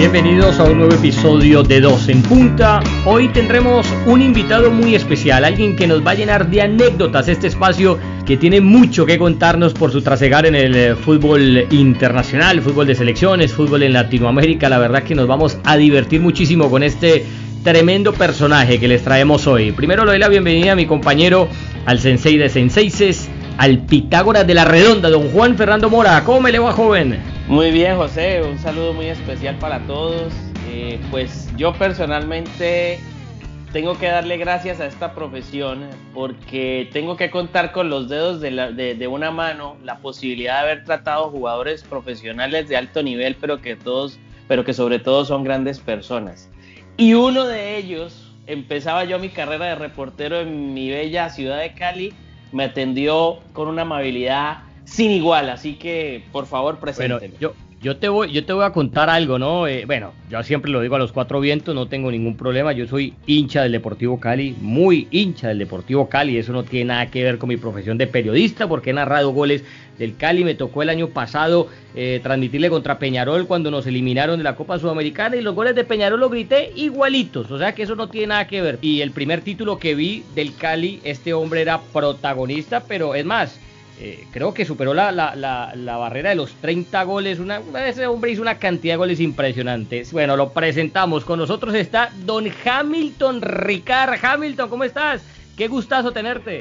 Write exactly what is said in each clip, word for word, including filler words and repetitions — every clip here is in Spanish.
Bienvenidos a un nuevo episodio de Dos en Punta. Hoy tendremos un invitado muy especial, alguien que nos va a llenar de anécdotas este espacio que tiene mucho que contarnos por su trasegar en el fútbol internacional, fútbol de selecciones, fútbol en Latinoamérica. La verdad que nos vamos a divertir muchísimo con este tremendo personaje que les traemos hoy. Primero le doy la bienvenida a mi compañero, al sensei de senseises, al Pitágoras de la Redonda, don Juan Fernando Mora. ¿Cómo me le va, joven? Muy bien, José, un saludo muy especial para todos. Eh, pues yo personalmente tengo que darle gracias a esta profesión porque tengo que contar con los dedos de, la, de, de una mano la posibilidad de haber tratado jugadores profesionales de alto nivel, pero que todos, pero que sobre todo son grandes personas. Y uno de ellos, empezaba yo mi carrera de reportero en mi bella ciudad de Cali, me atendió con una amabilidad sin igual, así que por favor presénteme. Bueno, yo, yo, te voy, yo te voy a contar algo, ¿no? Eh, bueno, yo siempre lo digo a los cuatro vientos, no tengo ningún problema, yo soy hincha del Deportivo Cali, muy hincha del Deportivo Cali, eso no tiene nada que ver con mi profesión de periodista, porque he narrado goles del Cali. Me tocó el año pasado eh, transmitirle contra Peñarol cuando nos eliminaron de la Copa Sudamericana, y los goles de Peñarol los grité igualitos, o sea que eso no tiene nada que ver. Y el primer título que vi del Cali, este hombre era protagonista, pero es más, Eh, creo que superó la, la, la, la barrera de los treinta goles. Una, ese hombre hizo una cantidad de goles impresionantes. Bueno, lo presentamos. Con nosotros está don Hamilton Ricard. Hamilton, ¿cómo estás? Qué gustazo tenerte.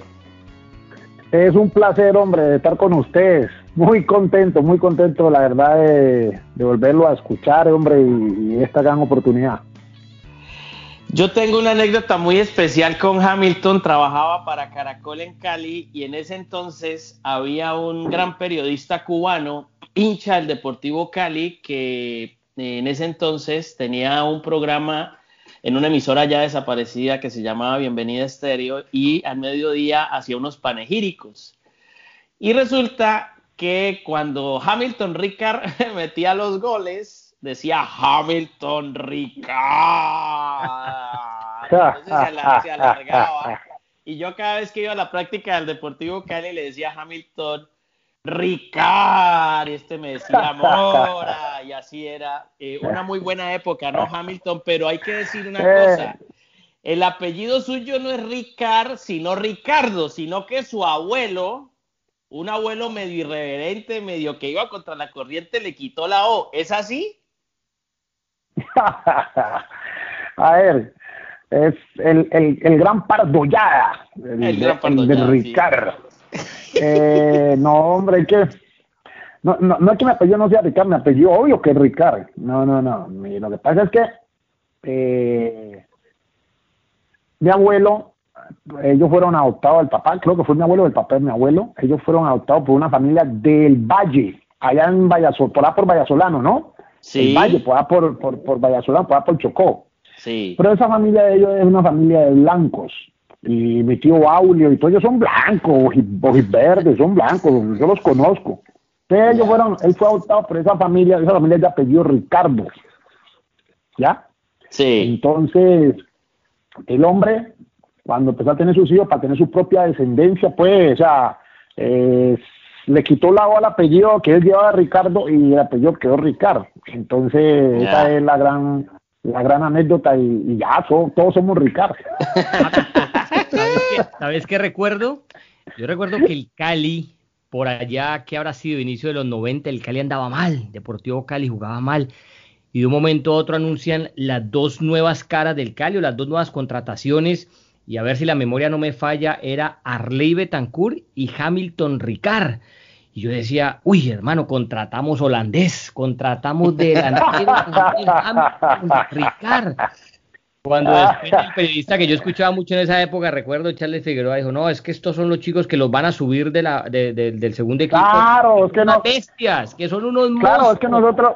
Es un placer, hombre, de estar con ustedes. Muy contento, muy contento, la verdad, de, de volverlo a escuchar, hombre, y, y esta gran oportunidad. Yo tengo una anécdota muy especial con Hamilton. Trabajaba para Caracol en Cali y en ese entonces había un gran periodista cubano, hincha del Deportivo Cali, que en ese entonces tenía un programa en una emisora ya desaparecida que se llamaba Bienvenida Estéreo, y al mediodía hacía unos panegíricos. Y resulta que cuando Hamilton Ricard metía los goles, decía Hamilton Ricard. Entonces se, alar- se alargaba. Y yo cada vez que iba a la práctica del Deportivo Cali le decía Hamilton Ricard, y este me decía Mora, y así era. Eh, una muy buena época, ¿no, Hamilton? Pero hay que decir una cosa. El apellido suyo no es Ricard, sino Ricardo, sino que su abuelo, un abuelo medio irreverente, medio que iba contra la corriente, le quitó la O. ¿Es así? A ver, es el, el, el gran Pardollada, el, el gran Pardollada, el de Ricard. Sí. Eh, no, hombre, es que no, no, no es que mi apellido no sea Ricard, mi apellido obvio que es Ricard. No, no, no. Mi, lo que pasa es que eh, mi abuelo, ellos fueron adoptados, el papá, creo que fue mi abuelo, el papá de mi abuelo, ellos fueron adoptados por una familia del Valle, allá en Vallasol, por allá por Vallasolano, ¿no? Sí. El Valle, por allá por, por, por Vallasolano, por allá por Chocó. Sí. Pero esa familia de ellos es una familia de blancos. Y mi tío Aulio y todos ellos son blancos, verdes, son blancos, yo los conozco. Entonces ellos fueron, él fue adoptado por esa familia, esa familia de apellido Ricardo. ¿Ya? Sí. Entonces, el hombre, cuando empezó a tener sus hijos, para tener su propia descendencia, pues, o sea, eh, le quitó la O al apellido que él llevaba, Ricardo, y el apellido quedó Ricard. Entonces, yeah. esa es la gran, la gran anécdota, y, y ya, so, todos somos Ricard. ¿Sabes qué, ¿Sabes qué recuerdo? Yo recuerdo que el Cali, por allá, que habrá sido inicio de los noventa, el Cali andaba mal, Deportivo Cali jugaba mal, y de un momento a otro anuncian las dos nuevas caras del Cali, o las dos nuevas contrataciones, y a ver si la memoria no me falla, era Arley Betancourt y Hamilton Ricard. Y yo decía, uy, hermano, contratamos holandés, contratamos delantero Hamilton Ricard. Cuando después el periodista que yo escuchaba mucho en esa época, recuerdo, Charles Figueroa, dijo, no, es que estos son los chicos que los van a subir de la, de, de, del segundo equipo. Claro, es que unas no. bestias, que son unos Claro, monstruos. es que nosotros...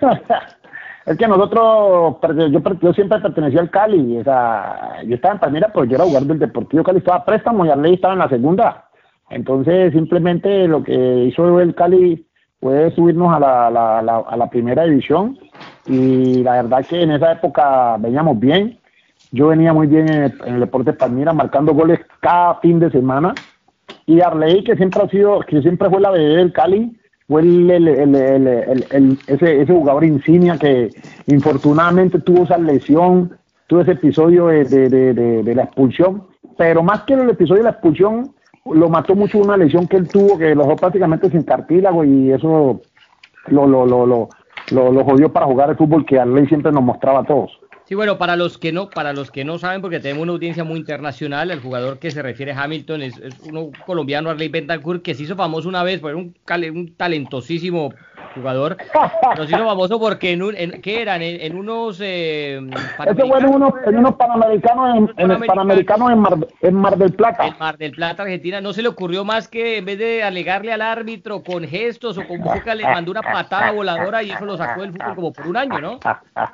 Es que nosotros, yo, yo siempre pertenecía al Cali, o sea, yo estaba en Palmira, pero yo era jugador del Deportivo Cali, estaba a préstamo y Arley estaba en la segunda. Entonces, simplemente lo que hizo el Cali fue subirnos a la, la, la, a la primera división, y la verdad que en esa época veníamos bien. Yo venía muy bien en el, en el Deportes Palmira, marcando goles cada fin de semana, y Arley, que siempre ha sido, que siempre fue la bebé del Cali, fue el, el, el, el, el, el, ese, ese jugador insignia que infortunadamente tuvo esa lesión, tuvo ese episodio de, de, de, de, de la expulsión, pero más que el episodio de la expulsión, lo mató mucho una lesión que él tuvo, que lo dejó prácticamente sin cartílago, y eso lo, lo, lo, lo, lo, lo jodió para jugar el fútbol que Arley siempre nos mostraba a todos. Sí, bueno, para los que no, para los que no saben, porque tenemos una audiencia muy internacional, el jugador que se refiere a Hamilton es, es uno colombiano, Arley Bentancur, que se hizo famoso una vez, por un, un talentosísimo jugador, pero se hizo famoso porque en, un, en ¿qué eran? En, en unos eh, ese bueno, unos, en unos panamericanos en, en el panamericanos en Mar, en Mar del Plata. En Mar del Plata, Argentina. No se le ocurrió más que en vez de alegarle al árbitro con gestos o con boca, le mandó una patada voladora y eso lo sacó del fútbol como por un año, ¿no?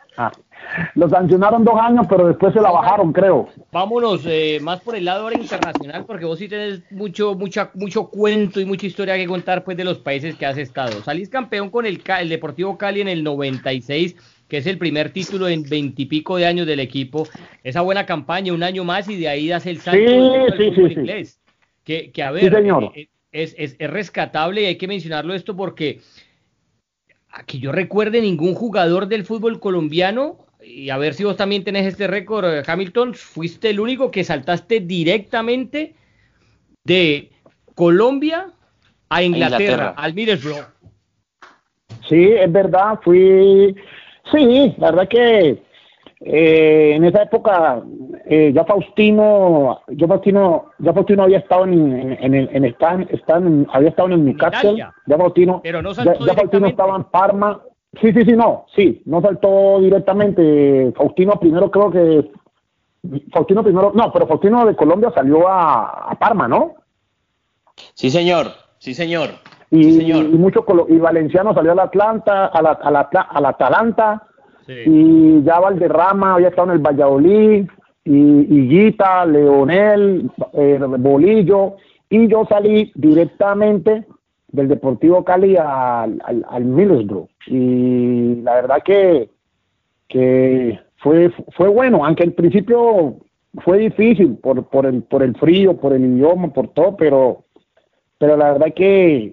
Lo sancionaron dos años, pero después se la bajaron, creo. Vámonos eh, más por el lado ahora internacional, porque vos sí tenés mucho, mucha, mucho cuento y mucha historia que contar, pues, de los países que has estado. Salís campeón con el, el Deportivo Cali en el noventa y seis, que es el primer título en veintipico de años del equipo. Esa buena campaña, un año más, y de ahí das el salto sí, del sí, fútbol sí, inglés. Sí. Que, que a ver, sí, señor. Eh, es, es, es rescatable, y hay que mencionarlo esto porque que yo recuerde ningún jugador del fútbol colombiano, y a ver si vos también tenés este récord, Hamilton, fuiste el único que saltaste directamente de Colombia a Inglaterra, Inglaterra. al Middlesbrough. Sí, es verdad, fui, sí, la verdad que eh, en esa época eh, ya Faustino, yo Faustino, ya Faustino había estado en, en, en, el, en Stan, Stan, había estado en Newcastle, ya Faustino, pero no ya, ya Faustino estaba en Parma. Sí, sí, sí, no, sí, no saltó directamente. Faustino primero creo que, Faustino primero, no, pero Faustino de Colombia salió a, a Parma, ¿no? Sí, señor, sí, señor. Y, sí, señor. y mucho y Valenciano salió al Atlanta, a la, a la, a la Atalanta, sí. Y ya Valderrama había estado en el Valladolid, y Higuita, Leonel, eh, Bolillo, y yo salí directamente del Deportivo Cali al, al, al Middlesbrough, y la verdad que que fue fue bueno, aunque al principio fue difícil por por el por el frío, por el idioma, por todo, pero pero la verdad que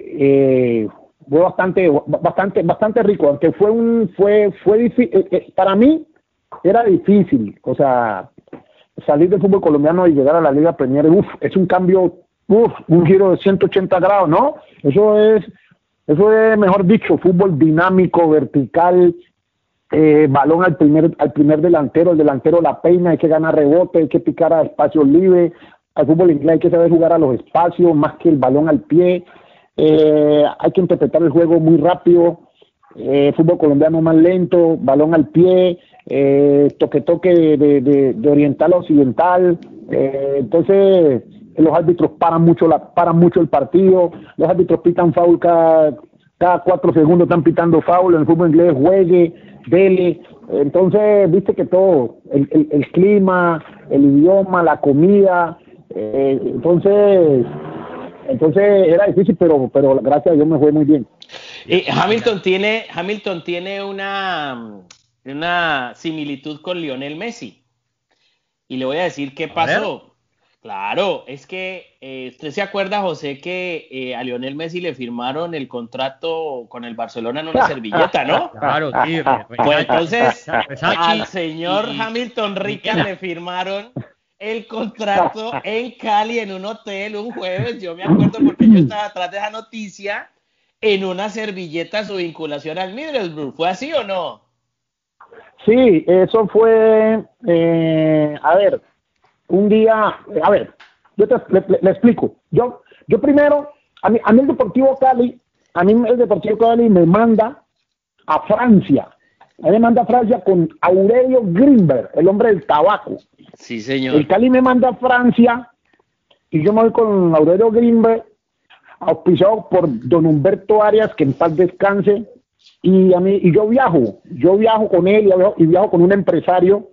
eh, fue bastante bastante bastante rico, aunque fue un fue fue difícil, eh, para mí era difícil, o sea, salir del fútbol colombiano y llegar a la Liga Premier, uf, es un cambio. Uf, un giro de ciento ochenta grados, ¿no? Eso es, eso es, mejor dicho, fútbol dinámico, vertical, eh, balón al primer, al primer delantero, el delantero la peina, hay que ganar rebote, hay que picar a espacios libres, al fútbol inglés hay que saber jugar a los espacios, más que el balón al pie, eh, hay que interpretar el juego muy rápido, eh, fútbol colombiano más lento, balón al pie, eh, toque-toque de, de, de, de oriental a occidental, eh, entonces los árbitros paran mucho la paran mucho el partido, los árbitros pitan foul cada, cada cuatro segundos, están pitando foul, en el fútbol inglés juegue, dele, entonces viste que todo, el, el, el clima, el idioma, la comida, eh, entonces entonces era difícil, pero pero gracias a Dios me fue muy bien. Eh, Hamilton tiene Hamilton tiene una, una similitud con Lionel Messi, y le voy a decir qué pasó. Claro, es que eh, usted se acuerda, José, que eh, a Lionel Messi le firmaron el contrato con el Barcelona en una servilleta, ¿no? Claro, sí. Pues entonces al señor Hamilton Rica le firmaron el contrato en Cali, en un hotel, un jueves. Yo me acuerdo porque yo estaba atrás de esa noticia, en una servilleta su vinculación al Middlesbrough. ¿Fue así o no? Sí, eso fue, eh, a ver, un día, a ver, yo te le, le, le explico. Yo, yo primero, a mí, a mí el Deportivo Cali, a mí el Deportivo Cali me manda a Francia. A mí me manda a Francia con Aurelio Grimberg, el hombre del tabaco. Sí, señor. El Cali me manda a Francia y yo me voy con Aurelio Grimberg, auspiciado por don Humberto Arias, que en paz descanse, y a mí, y yo viajo, yo viajo con él y viajo, y viajo con un empresario.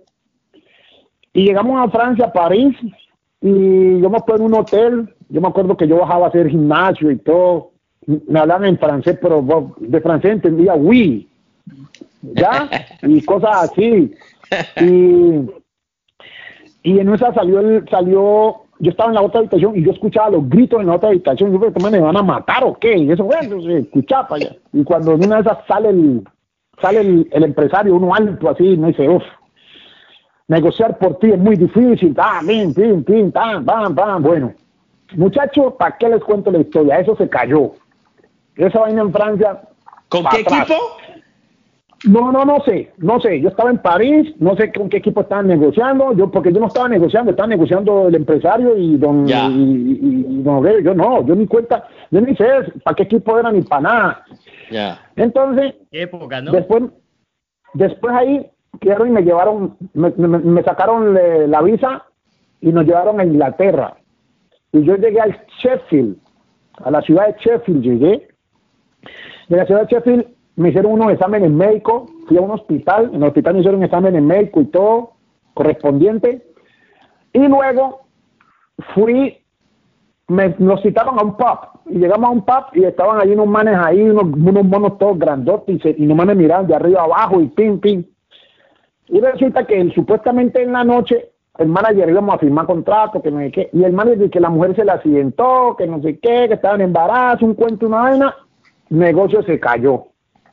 Y llegamos a Francia, a París, y yo me fui en un hotel. Yo me acuerdo que yo bajaba a hacer gimnasio y todo. Me hablaban en francés, pero de francés entendía oui, ¿ya? Y cosas así. Y, y en esa salió, el, salió yo estaba en la otra habitación y yo escuchaba los gritos en la otra habitación. Yo creo que me van a matar o qué. Y eso, bueno, se escuchaba para allá. Y cuando en una de esas sale el, sale el, el empresario, uno alto así, me dice, uff, negociar por ti es muy difícil. Ah, pim, pim, pim, pam, pam, pam. Bueno, muchachos, ¿para qué les cuento la historia? Eso se cayó. Esa vaina en Francia. ¿Con qué atrás. equipo? No, no, no sé, no sé. Yo estaba en París, no sé con qué equipo estaban negociando, yo porque yo no estaba negociando, estaba negociando el empresario y don Ya. y, y, y don Aurelio. Yo no, yo ni cuenta, yo ni sé para qué equipo era ni para nada. Ya. Entonces, ¿Qué época, no? después, después ahí quiero y me llevaron, me, me, me sacaron le, la visa y nos llevaron a Inglaterra. Y yo llegué al Sheffield, a la ciudad de Sheffield llegué. De la ciudad de Sheffield me hicieron unos exámenes médicos, fui a un hospital, en el hospital me hicieron exámenes médicos y todo correspondiente, y luego fui, me, nos citaron a un pub, y llegamos a un pub y estaban allí unos manes ahí, unos, unos monos todos grandotes, y, se, y nomás me miraban de arriba abajo y pim, pim, y resulta que el, supuestamente en la noche el manager íbamos a firmar contrato, que no sé qué, y el manager que la mujer se la accidentó, que no sé qué, que estaba en embarazo, un cuento, una vaina, negocio se cayó.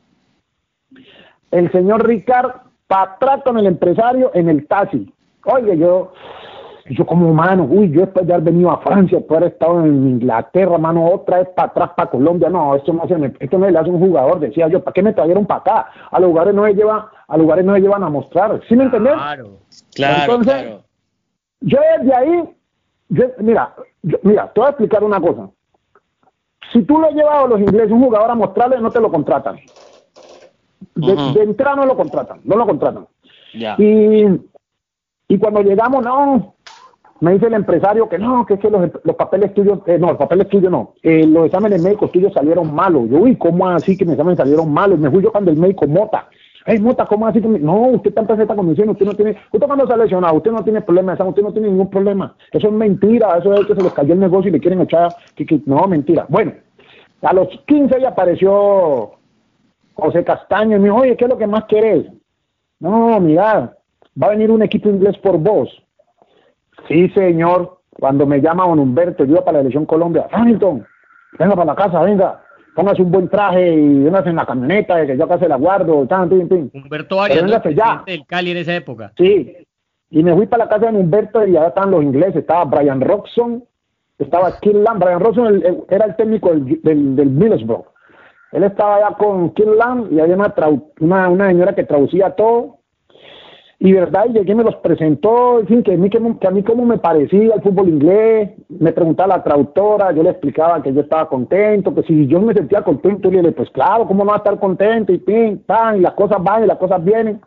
El señor Ricard para atrás con el empresario en el taxi. Oye, yo, yo como mano, uy, yo después de haber venido a Francia, después de haber estado en Inglaterra, mano, otra vez para atrás, para Colombia, no, esto no se me, esto no le hace un jugador, decía yo, ¿para qué me trajeron para acá? A los lugares no se llevan, a lugares no se llevan a mostrar, ¿sí me entendés? Claro. Claro, Entonces, claro. yo desde ahí, yo, mira, yo, mira, te voy a explicar una cosa. Si tú le llevas a los ingleses un jugador a mostrarles, no te lo contratan. De, Ujú. de entrada no lo contratan, no lo contratan. Ya. Y, y cuando llegamos, no, me dice el empresario que no, que es que los, los papeles tuyos, eh, no, los papeles tuyos no, eh, los exámenes médicos tuyos salieron malos. Yo, uy, ¿cómo así que mis exámenes salieron malos? Me fui yo cuando el médico Mota. Ay, Mota, ¿cómo así que me... No, usted está en perfecta condición, usted no tiene, usted cuando se ha lesionado, usted no tiene problema de salud, usted no tiene ningún problema. Eso es mentira, eso es que se les cayó el negocio y le quieren echar, que, que, no, mentira. Bueno, a los quince ya apareció José Castaño y me dijo, oye, ¿qué es lo que más querés? No, mira, va a venir un equipo inglés por vos. Sí, señor. Cuando me llama don Humberto, yo iba para la Selección Colombia. Hamilton, venga para la casa, venga, póngase un buen traje y véngase en la camioneta, que yo acá se la guardo, tan, tin, tin. Humberto Arias, Pero ¿no? El véngase ya. presidente del Cali en esa época. Sí, y me fui para la casa de don Humberto y allá estaban los ingleses, estaba Brian Robson, estaba Kim Lamb. Brian Robson el, el, era el técnico del, del, del Middlesbrough. Él estaba allá con Kim Lamb y había una, una, una señora que traducía todo. Y verdad, y llegué y me los presentó, en fin, que a mí, que, que a mí cómo me parecía el fútbol inglés, me preguntaba la traductora, yo le explicaba que yo estaba contento, que si yo me sentía contento, y le dije, pues claro, ¿cómo no va a estar contento? Y pim, pam, y las cosas van y las cosas vienen.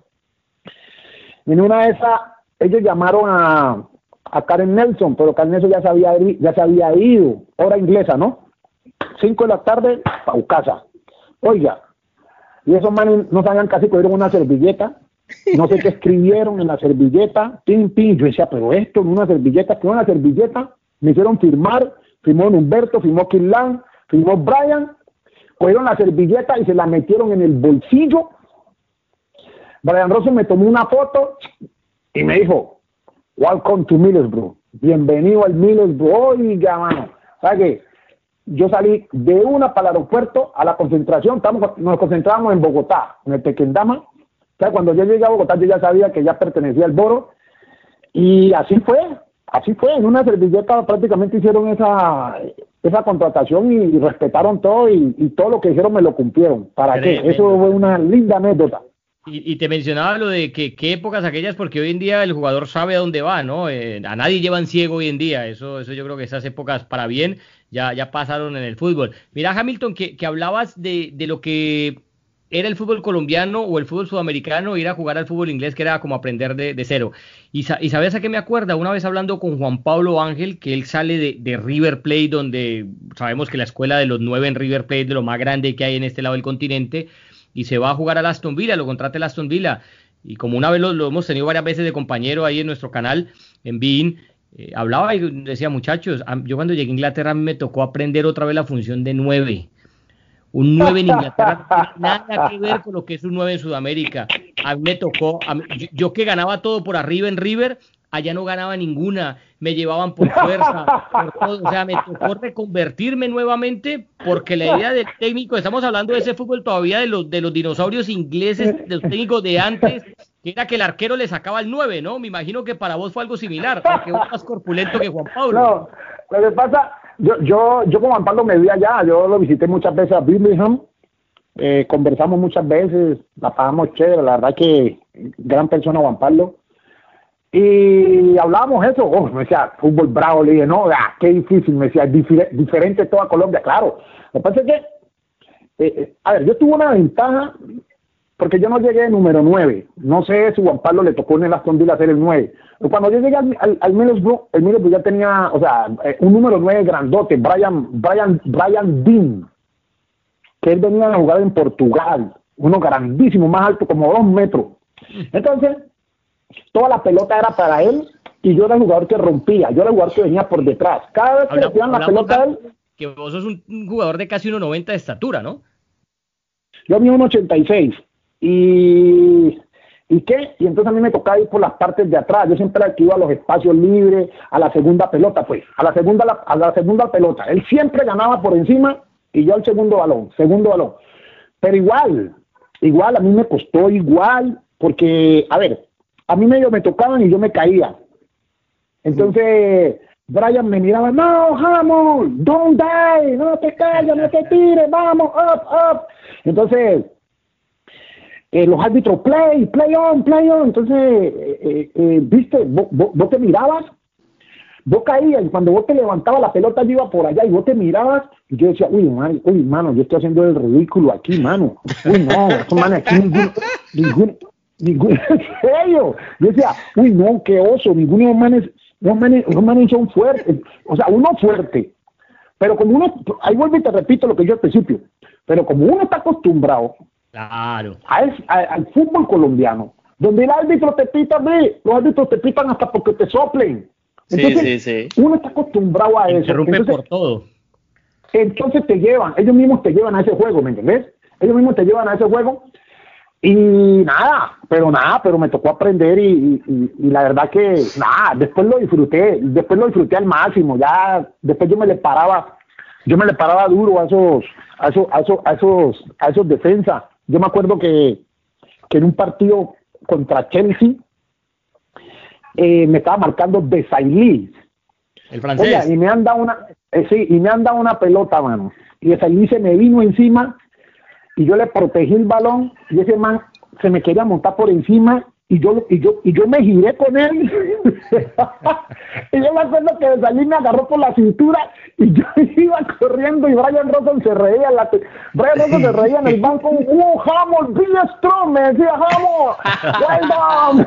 Y en una de esas, ellos llamaron a, a Karen Nelson, pero Karen Nelson ya se había, ya se había ido, hora inglesa, ¿no? Cinco de la tarde, pa' casa. Oiga, y esos manes no sabían casi, cogieron una servilleta, no sé qué escribieron en la servilleta, pim, pim, yo decía, pero esto en una servilleta, que una servilleta, me hicieron firmar, firmó Humberto, firmó Kim Lamb, firmó Brian, cogieron la servilleta y se la metieron en el bolsillo. Brian Robson me tomó una foto y me dijo, welcome to Middlesbrough, bienvenido al Middlesbrough. Oiga, mano, ¿sabes qué? Yo salí de una para el aeropuerto a la concentración, estamos, nos concentramos en Bogotá, en el Tequendama. O sea, cuando yo llegué a Bogotá yo ya sabía que ya pertenecía al Boro, y así fue, así fue, en una servilleta prácticamente hicieron esa, esa contratación y, y respetaron todo y, y todo lo que dijeron me lo cumplieron. ¿Para Tremendo. qué? Eso fue una linda anécdota. Y, y te mencionaba lo de que qué épocas aquellas, porque hoy en día el jugador sabe a dónde va, ¿no? Eh, a nadie llevan ciego hoy en día, eso eso yo creo que esas épocas para bien ya, ya pasaron en el fútbol. Mira, Hamilton, que, que hablabas de, de lo que era el fútbol colombiano o el fútbol sudamericano, ir a jugar al fútbol inglés, que era como aprender de, de cero. Y, y ¿sabes a qué me acuerda? Una vez hablando con Juan Pablo Ángel, que él sale de, de River Plate, donde sabemos que la escuela de los nueve en River Plate, de lo más grande que hay en este lado del continente, y se va a jugar al Aston Villa, lo contrata el Aston Villa, y como una vez lo, lo hemos tenido varias veces de compañero ahí en nuestro canal, en Bein, eh, hablaba y decía, muchachos, a, yo cuando llegué a Inglaterra a mí me tocó aprender otra vez la función de nueve. Un nueve en Inglaterra no tiene nada que ver con lo que es un nueve en Sudamérica. A mí me tocó, a mí, yo, yo que ganaba todo por arriba en River, allá no ganaba ninguna, me llevaban por fuerza, por todo, o sea, me tocó reconvertirme nuevamente porque la idea del técnico, estamos hablando de ese fútbol todavía de los, de los dinosaurios ingleses, de los técnicos de antes, que era que el arquero le sacaba el nueve, ¿no? Me imagino que para vos fue algo similar, aunque vos más corpulento que Juan Pablo. No, lo que pasa, yo, yo, yo con Juan Pablo me vi allá, yo lo visité muchas veces a Birmingham, eh, conversamos muchas veces, la pasamos chévere, la verdad que gran persona Juan Pablo. Y hablábamos eso, oh, me decía, fútbol bravo, le dije, no, ah, qué difícil, me decía, difer diferente toda Colombia, claro. Lo que pasa es que, eh, a ver, yo tuve una ventaja, porque yo no llegué de número nueve, no sé si Juan Pablo le tocó en el Aston Villa hacer el nueve, pero cuando yo llegué al, al, al Middlesbrough, el Middlesbrough ya tenía, o sea, eh, un número nueve grandote, Brian, Brian, Brian Dean, que él venía a jugar en Portugal, uno grandísimo, más alto, como dos metros. Entonces, toda la pelota era para él y yo era el jugador que rompía, yo era el jugador que venía por detrás. Cada vez que le tiran la pelota a él... Que vos sos un, un jugador de casi uno noventa de estatura, ¿no? Yo mido uno ochenta y seis. Y... ¿Y qué? Y entonces a mí me tocaba ir por las partes de atrás. Yo siempre era el que iba a los espacios libres, a la segunda pelota, pues. A la segunda, a la segunda pelota. Él siempre ganaba por encima y yo al segundo balón, segundo balón. Pero igual, igual, a mí me costó igual, porque, a ver... A mí medio me tocaban y yo me caía. Entonces, Brian me miraba, no, Hammond, don't die, no te caigas, no te tires, vamos, up, up. Entonces, eh, los árbitros, play, play on, play on. Entonces, eh, eh, eh, viste, vos, vos, vos te mirabas, vos caías y cuando vos te levantabas la pelota yo iba por allá y vos te mirabas y yo decía, uy, man, uy, mano, yo estoy haciendo el ridículo aquí, mano. Uy, no, estos manes aquí ningún... ningún Ningún, en serio, yo decía, uy no, qué oso, ninguno de los manes, los manes, los manes son fuertes, o sea, uno fuerte, pero como uno, ahí vuelvo y te repito lo que yo al principio, pero como uno está acostumbrado claro. a es, a, al fútbol colombiano, donde el árbitro te pita, ve, los árbitros te pitan hasta porque te soplen, entonces sí, sí, sí. uno está acostumbrado a eso, interrumpe entonces, por todo, entonces te llevan, ellos mismos te llevan a ese juego, ¿me entendés? Ellos mismos te llevan a ese juego. Y nada, pero nada, pero me tocó aprender y, y, y la verdad que nada, después lo disfruté, después lo disfruté al máximo, ya después yo me le paraba, yo me le paraba duro a esos, a esos, a esos, a esos, a esos defensas. Yo me acuerdo que, que en un partido contra Chelsea eh, me estaba marcando Desailly. El francés. Oye, y me han dado una, eh, sí, y me han dado una pelota, mano. Y Desailly se me vino encima. Y yo le protegí el balón y ese man se me quería montar por encima y yo y yo y yo me giré con él y yo me acuerdo que Desailly me agarró por la cintura y yo iba corriendo y Brian Robson se reía la, Brian Robson se reía en el banco, ¡oh, Hammond, be strong! Me decía, Hammond, well done.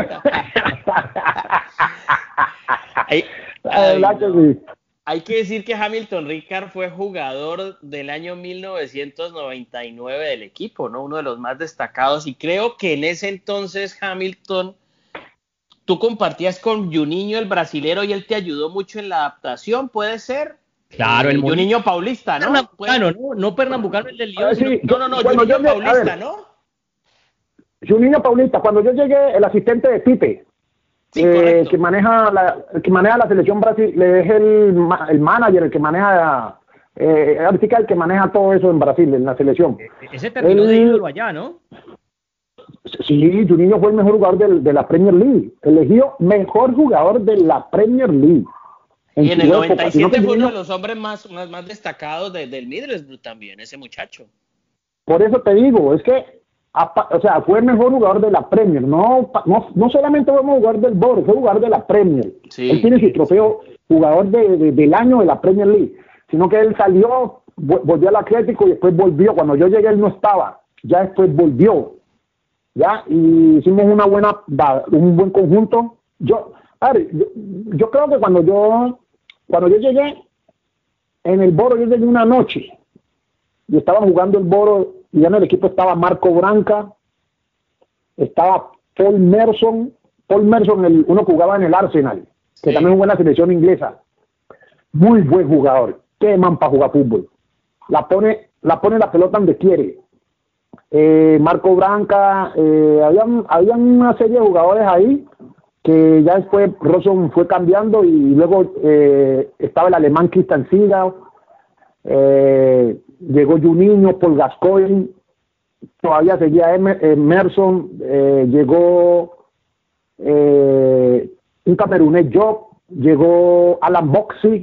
Ay, la verdad que sí. Hay que decir que Hamilton Ricard fue jugador del año mil novecientos noventa y nueve del equipo, ¿no? Uno de los más destacados, y creo que en ese entonces Hamilton, tú compartías con Juninho, el brasilero, y él te ayudó mucho en la adaptación, ¿puede ser? Claro, el Juninho Paulista, ¿no? Pernambucano, ¿no? No Pernambucano, el del Lyon. Ah, sí, no, no, no, bueno, Juninho yo, Paulista, ver, ¿no? Juninho Paulista, cuando yo llegué, el asistente de Tite, Sí, eh, que maneja la el que maneja la selección Brasil, es el, el manager, el que maneja eh, el que maneja todo eso en Brasil, en la selección. Ese terminó el, de ídolo allá, ¿no? Sí, Juninho fue el mejor jugador de, de la Premier League, elegido mejor jugador de la Premier League. En y en el noventa y siete fue uno de los hombres más, más, más destacados de, del Middlesbrough también, ese muchacho. Por eso te digo, es que o sea, fue el mejor jugador de la Premier, no, no, no solamente fue jugador del Boro, fue jugador de la Premier. Sí, él tiene su trofeo jugador de, de, del año de la Premier League, sino que él salió, volvió al Atlético y después volvió. Cuando yo llegué él no estaba, ya después volvió, ya, y hicimos una buena, un buen conjunto. Yo, a ver, yo, yo creo que cuando yo, cuando yo llegué en el Boro, yo llegué una noche y estaba jugando el Boro. Y ya en el equipo estaba Marco Branca, estaba Paul Merson, Paul Merson, el, uno que jugaba en el Arsenal, que sí, también jugó en la selección inglesa. Muy buen jugador, qué man para jugar fútbol. La pone, la pone la pelota donde quiere. Eh, Marco Branca, eh, había, había una serie de jugadores ahí que ya después Rosson fue cambiando y luego eh, estaba el alemán Christian Ziga, eh, llegó Juninho, Paul Gascoigne, todavía seguía Emer, Emerson, eh, llegó eh, un camerunés Job, llegó Alan Boxey,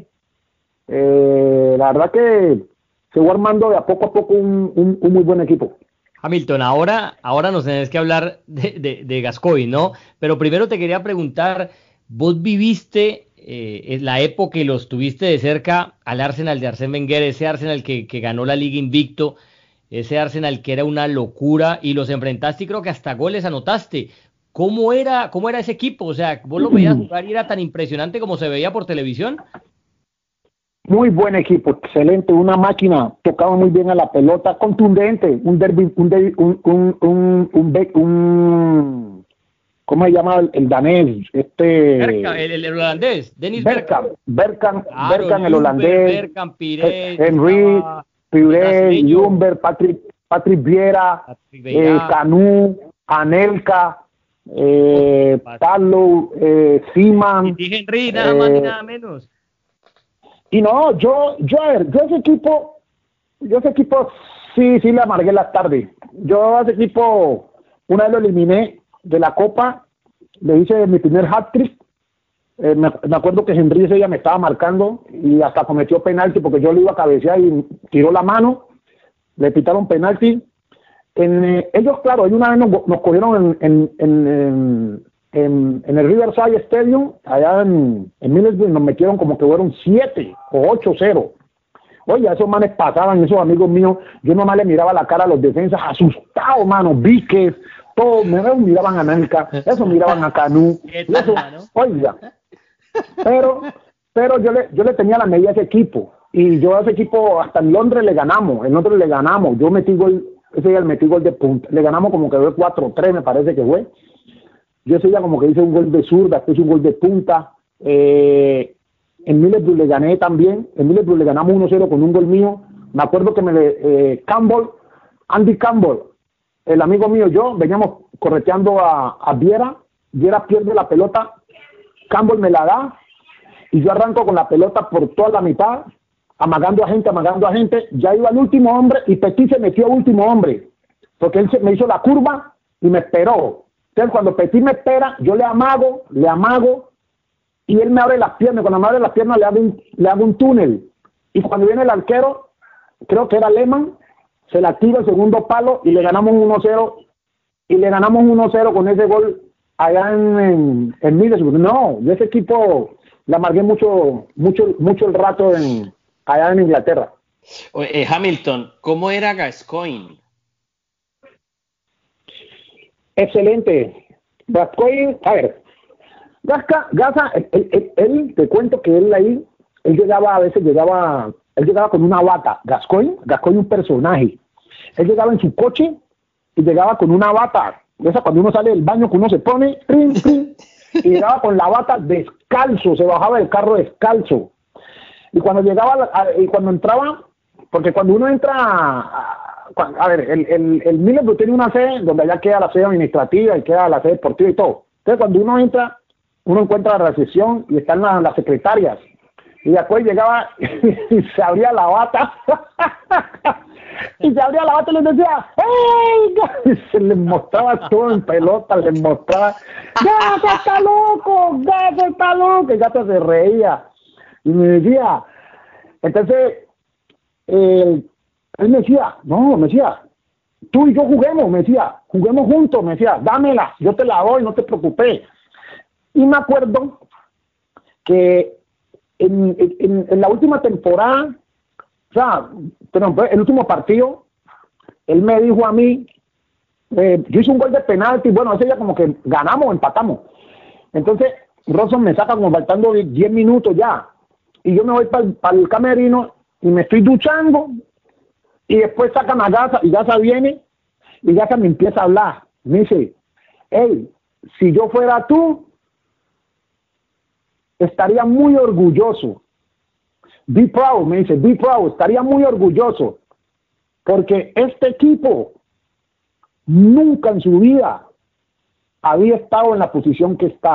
eh, la verdad que se fue armando de a poco a poco un, un, un muy buen equipo. Hamilton, ahora, ahora nos tenés que hablar de, de, de Gascoigne, ¿no? Pero primero te quería preguntar, vos viviste eh, en la época y los tuviste de cerca al Arsenal de Arsène Wenger, ese Arsenal que, que ganó la Liga invicto, ese Arsenal que era una locura y los enfrentaste y creo que hasta goles anotaste. ¿Cómo era, cómo era ese equipo? O sea, ¿vos lo veías jugar y era tan impresionante como se veía por televisión? Muy buen equipo, excelente, una máquina, tocaba muy bien a la pelota, contundente, un derby, un derby, un, un, un, un, un, ¿cómo se llama el, el danés? Este... Bergkamp, el, el holandés, Dennis Bergkamp, Bergkamp, claro, Bergkamp el Ljungberg, holandés, Bergkamp, Pires, Henry, Pires, Ljungberg, Patrick, Patrick Vieira, Patrick eh, Canu, Anelka, eh, Talo, eh, Seaman. Y dije Henry, nada más ni nada menos. Y no, yo, yo, a ver, yo ese equipo, yo ese equipo sí, sí le amargué las tardes. Yo a ese equipo, una vez lo eliminé de la Copa, le hice mi primer hat-trick. Eh, me, me acuerdo que Henry ese día me estaba marcando y hasta cometió penalti porque yo le iba a cabecear y tiró la mano, le pitaron penalti. En, eh, ellos, claro, ellos una vez nos, nos cogieron en, en, en, en En, en el Riverside Stadium, allá en, en Middlesbrough, nos metieron como que fueron siete o ocho cero. Oye, esos manes pasaban, esos amigos míos, yo nomás le miraba la cara a los defensas, asustados, mano, Víquez, todos miraban a Nanka, eso miraban a Canú, eso, oiga, pero, pero yo le, yo le tenía la medida a ese equipo, y yo a ese equipo hasta en Londres le ganamos, en Londres le ganamos, yo metí gol, ese día metí gol de punta, le ganamos como que fue cuatro tres me parece que fue. Yo ese día como que hice un gol de zurda, después un gol de punta. Eh, en Middlesbrough le gané también. En Middlesbrough le ganamos uno cero con un gol mío. Me acuerdo que me le, eh, Campbell, Andy Campbell, el amigo mío y yo, veníamos correteando a, a Viera. Viera pierde la pelota. Campbell me la da. Y yo arranco con la pelota por toda la mitad, amagando a gente, amagando a gente. Ya iba el último hombre y Petit se metió último hombre. Porque él se, me hizo la curva y me esperó. Entonces, cuando Petit me espera, yo le amago, le amago, y él me abre las piernas. Cuando me abre las piernas, le hago un, le hago un túnel. Y cuando viene el arquero, creo que era Lehmann, se le activa el segundo palo y le ganamos uno cero. Y le ganamos uno cero con ese gol allá en, en, en Middlesbrough. No, de ese equipo le amargué mucho, mucho, mucho el rato en, allá en Inglaterra. Eh, Hamilton, ¿cómo era Gascoigne? Excelente. Gascoigne, a ver, Gasca, Gaza, él, él, él, te cuento que él ahí, él llegaba, a veces llegaba, él llegaba con una bata. Gascoigne, Gascoigne un personaje. Él llegaba en su coche y llegaba con una bata. Esa cuando uno sale del baño, que uno se pone, prim, prim, y llegaba con la bata descalzo, se bajaba del carro descalzo. Y cuando llegaba, a, y cuando entraba, porque cuando uno entra a, a ver, el, el, el Middlesbrough tiene una sede donde allá queda la sede administrativa y queda la sede deportiva y todo. Entonces, cuando uno entra, uno encuentra la recepción y están las, las secretarias. Y después llegaba y se abría la bata. y se abría la bata y les decía, ¡hey! Y se les mostraba todo en pelota, les mostraba, ¡Gato está loco! ¡Gato está loco! El gato se reía. Y me decía, entonces, eh, él me decía, no, me decía, tú y yo juguemos, me decía, juguemos juntos, me decía, dámela, yo te la doy, no te preocupes. Y me acuerdo que en, en, en la última temporada, o sea, pero el último partido, él me dijo a mí, eh, yo hice un gol de penalti, bueno, ese día como que ganamos o empatamos. Entonces, Rosson me saca como faltando diez minutos ya, y yo me voy para pa el camerino y me estoy duchando. Y después sacan a Gaza, y Gaza viene, y Gaza me empieza a hablar. Me dice, hey, si yo fuera tú, estaría muy orgulloso. Be proud, me dice, be proud, estaría muy orgulloso. Porque este equipo nunca en su vida había estado en la posición que está.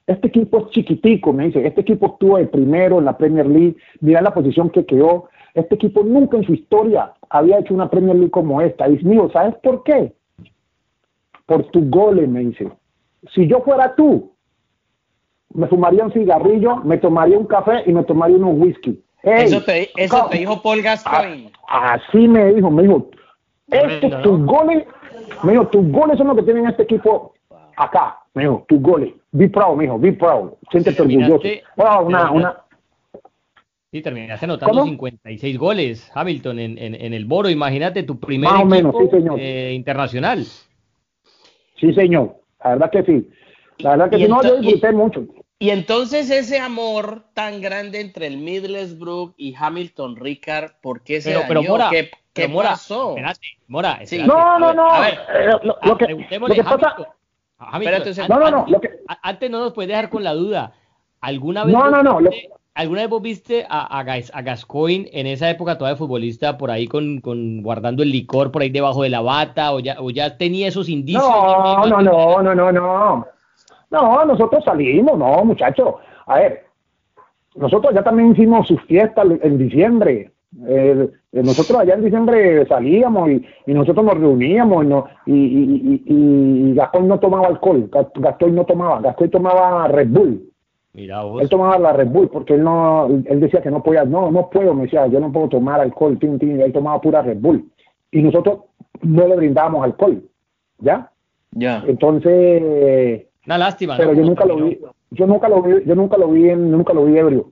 este equipo es chiquitico, me dice, este equipo estuvo de primero en la Premier League, mira la posición que quedó, este equipo nunca en su historia había hecho una Premier League como esta. Y mío, ¿sabes por qué? Por tus goles, me dice. Si yo fuera tú, me fumaría un cigarrillo, me tomaría un café y me tomaría unos whisky. Hey, eso te, eso te dijo Paul Gascoigne. Así me dijo, me dijo, este, ¿no? tus goles, me dijo, tus goles son los que tienen este equipo acá, me dijo, tus goles. Be proud, me dijo, be proud. Siéntete orgulloso. Bueno, una, una, Sí, terminaste anotando ¿Cómo? cincuenta y seis goles, Hamilton, en, en, en el Boro. Imagínate tu primer Más o equipo menos, sí, señor. Eh, internacional. Sí, señor. La verdad que sí. La verdad que sí, no, yo disfruté mucho. Y entonces ese amor tan grande entre el Middlesbrough y Hamilton Ricard, ¿por qué se pero, dañó? Pero, Mora, ¿Qué, qué pero, Mora, pasó? Espérate, Mora, espérate. Sí. No, no, no. A ver, eh, lo, lo, que, lo que pasa... Hamilton, Espérate, an, no, no, no. Antes, Lo que... antes no nos puedes dejar con la duda. ¿Alguna vez, no, no, no, viste, lo... ¿alguna vez vos viste a, a, a Gascoigne en esa época todavía futbolista por ahí con, con guardando el licor por ahí debajo de la bata o ya, o ya tenía esos indicios? No, no, no, no, no, no. No, nosotros salimos, no, muchachos. A ver, nosotros ya también hicimos sus fiestas en diciembre. Eh, nosotros allá en diciembre salíamos y, y nosotros nos reuníamos y, no, y, y, y, y Gascoigne no tomaba alcohol, Gascoigne no tomaba, Gascoigne tomaba Red Bull. Mira vos. Él tomaba la Red Bull porque él no, él decía que no podía, no, no puedo, me decía, yo no puedo tomar alcohol, tin, tin, él tomaba pura Red Bull. Y nosotros no le brindábamos alcohol, ¿ya? Ya. Eh, Entonces... Una lástima, pero ¿no? yo nunca lo vi, yo nunca lo vi, yo nunca lo vi en, nunca lo vi ebrio.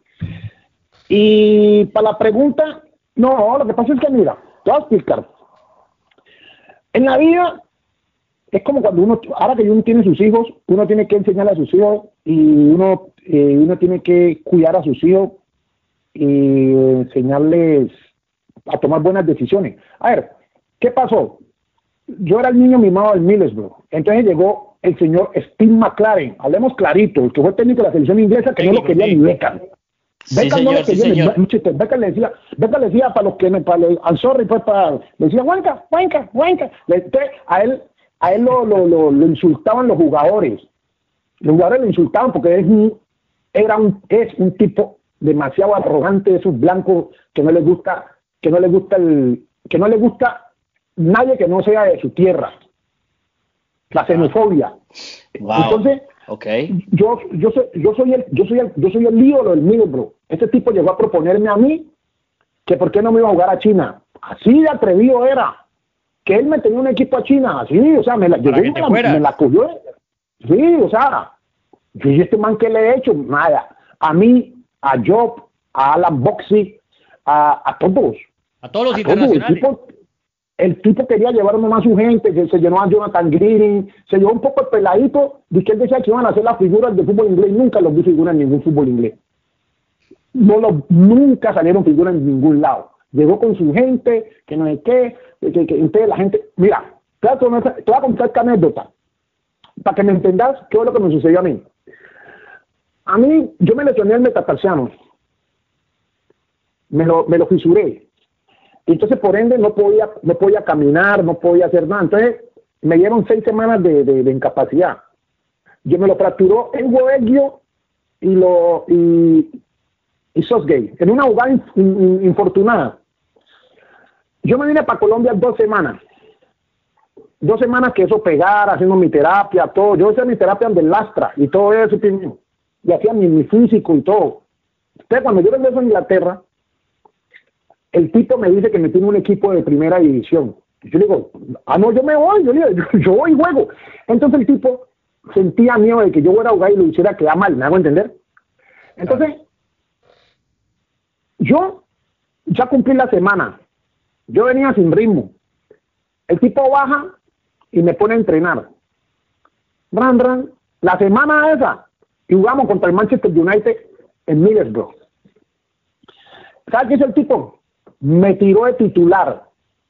Y para la pregunta, no, lo que pasa es que mira, te voy a explicar. En la vida es como cuando uno, ahora que uno tiene sus hijos, uno tiene que enseñarle a sus hijos y uno, eh, uno tiene que cuidar a sus hijos y enseñarles a tomar buenas decisiones. A ver, ¿qué pasó? Yo era el niño mimado del Middlesbrough, entonces llegó el señor Steve McClaren, hablemos clarito, el que fue técnico de la selección inglesa, que sí, no lo quería sí. ni Beckham. Sí, Beckham señor, no lo quería, sí, ni, Beckham le decía, Beckham le decía para los que, para los, al sorry, pues para, le decía, Huanca, Huanca, Huanca. Entonces, a él, a él lo, lo, lo, lo insultaban los jugadores, los jugadores lo insultaban porque es un, era un, es un tipo demasiado arrogante de esos blancos que no les gusta, que no les gusta el, que no les gusta nadie que no sea de su tierra. La xenofobia. Wow. Entonces, okay. yo, yo soy, yo soy el, yo soy el, yo soy el ídolo del Middlesbrough. Este tipo llegó a proponerme a mí que por qué no me iba a jugar a China. Así de atrevido era. Que él me tenía un equipo a China, así, o sea, me la, llegó y me la, me la cogió. Sí, o sea, yo y este man que le he hecho, nada. A mí, a Job, a Alan Boxy, a, a todos. A todos los a internacionales. Todos, el tipo, El tipo quería llevar más a su gente, que se llenó a Jonathan Green, se llevó un poco el peladito, de que él decía que iban a hacer las figuras de fútbol inglés, nunca los vi figuras en ningún fútbol inglés. No lo, nunca salieron figuras en ningún lado. Llegó con su gente, que no sé qué, que, que entonces la gente, mira, te voy a contar, te voy a contar esta anécdota, para que me entendas qué es lo que me sucedió a mí. A mí, yo me lesioné el metatarsiano, me lo, me lo fisuré. Y entonces, por ende, no podía, no podía caminar, no podía hacer nada. Entonces, me dieron seis semanas de, de, de incapacidad. Yo me lo fracturó en Goeggio y lo y, y Southgate, en una jugada in, in, infortunada. Yo me vine para Colombia dos semanas. Dos semanas que eso pegara, haciendo mi terapia, todo. Yo hacía mi terapia del lastra y todo eso. Y hacía mi, mi físico y todo. Entonces, cuando yo regreso a Inglaterra, el tipo me dice que me tiene un equipo de primera división. Yo le digo, ah, no, yo me voy, yo le digo, yo, yo voy y juego. Entonces el tipo sentía miedo de que yo fuera a jugar y lo hiciera quedar mal, ¿me hago entender? Entonces, claro. Yo ya cumplí la semana. Yo venía sin ritmo. El tipo baja y me pone a entrenar. Ran, ran. La semana esa, y jugamos contra el Manchester United en Middlesbrough. ¿Sabes qué hizo el tipo? Me tiró de titular.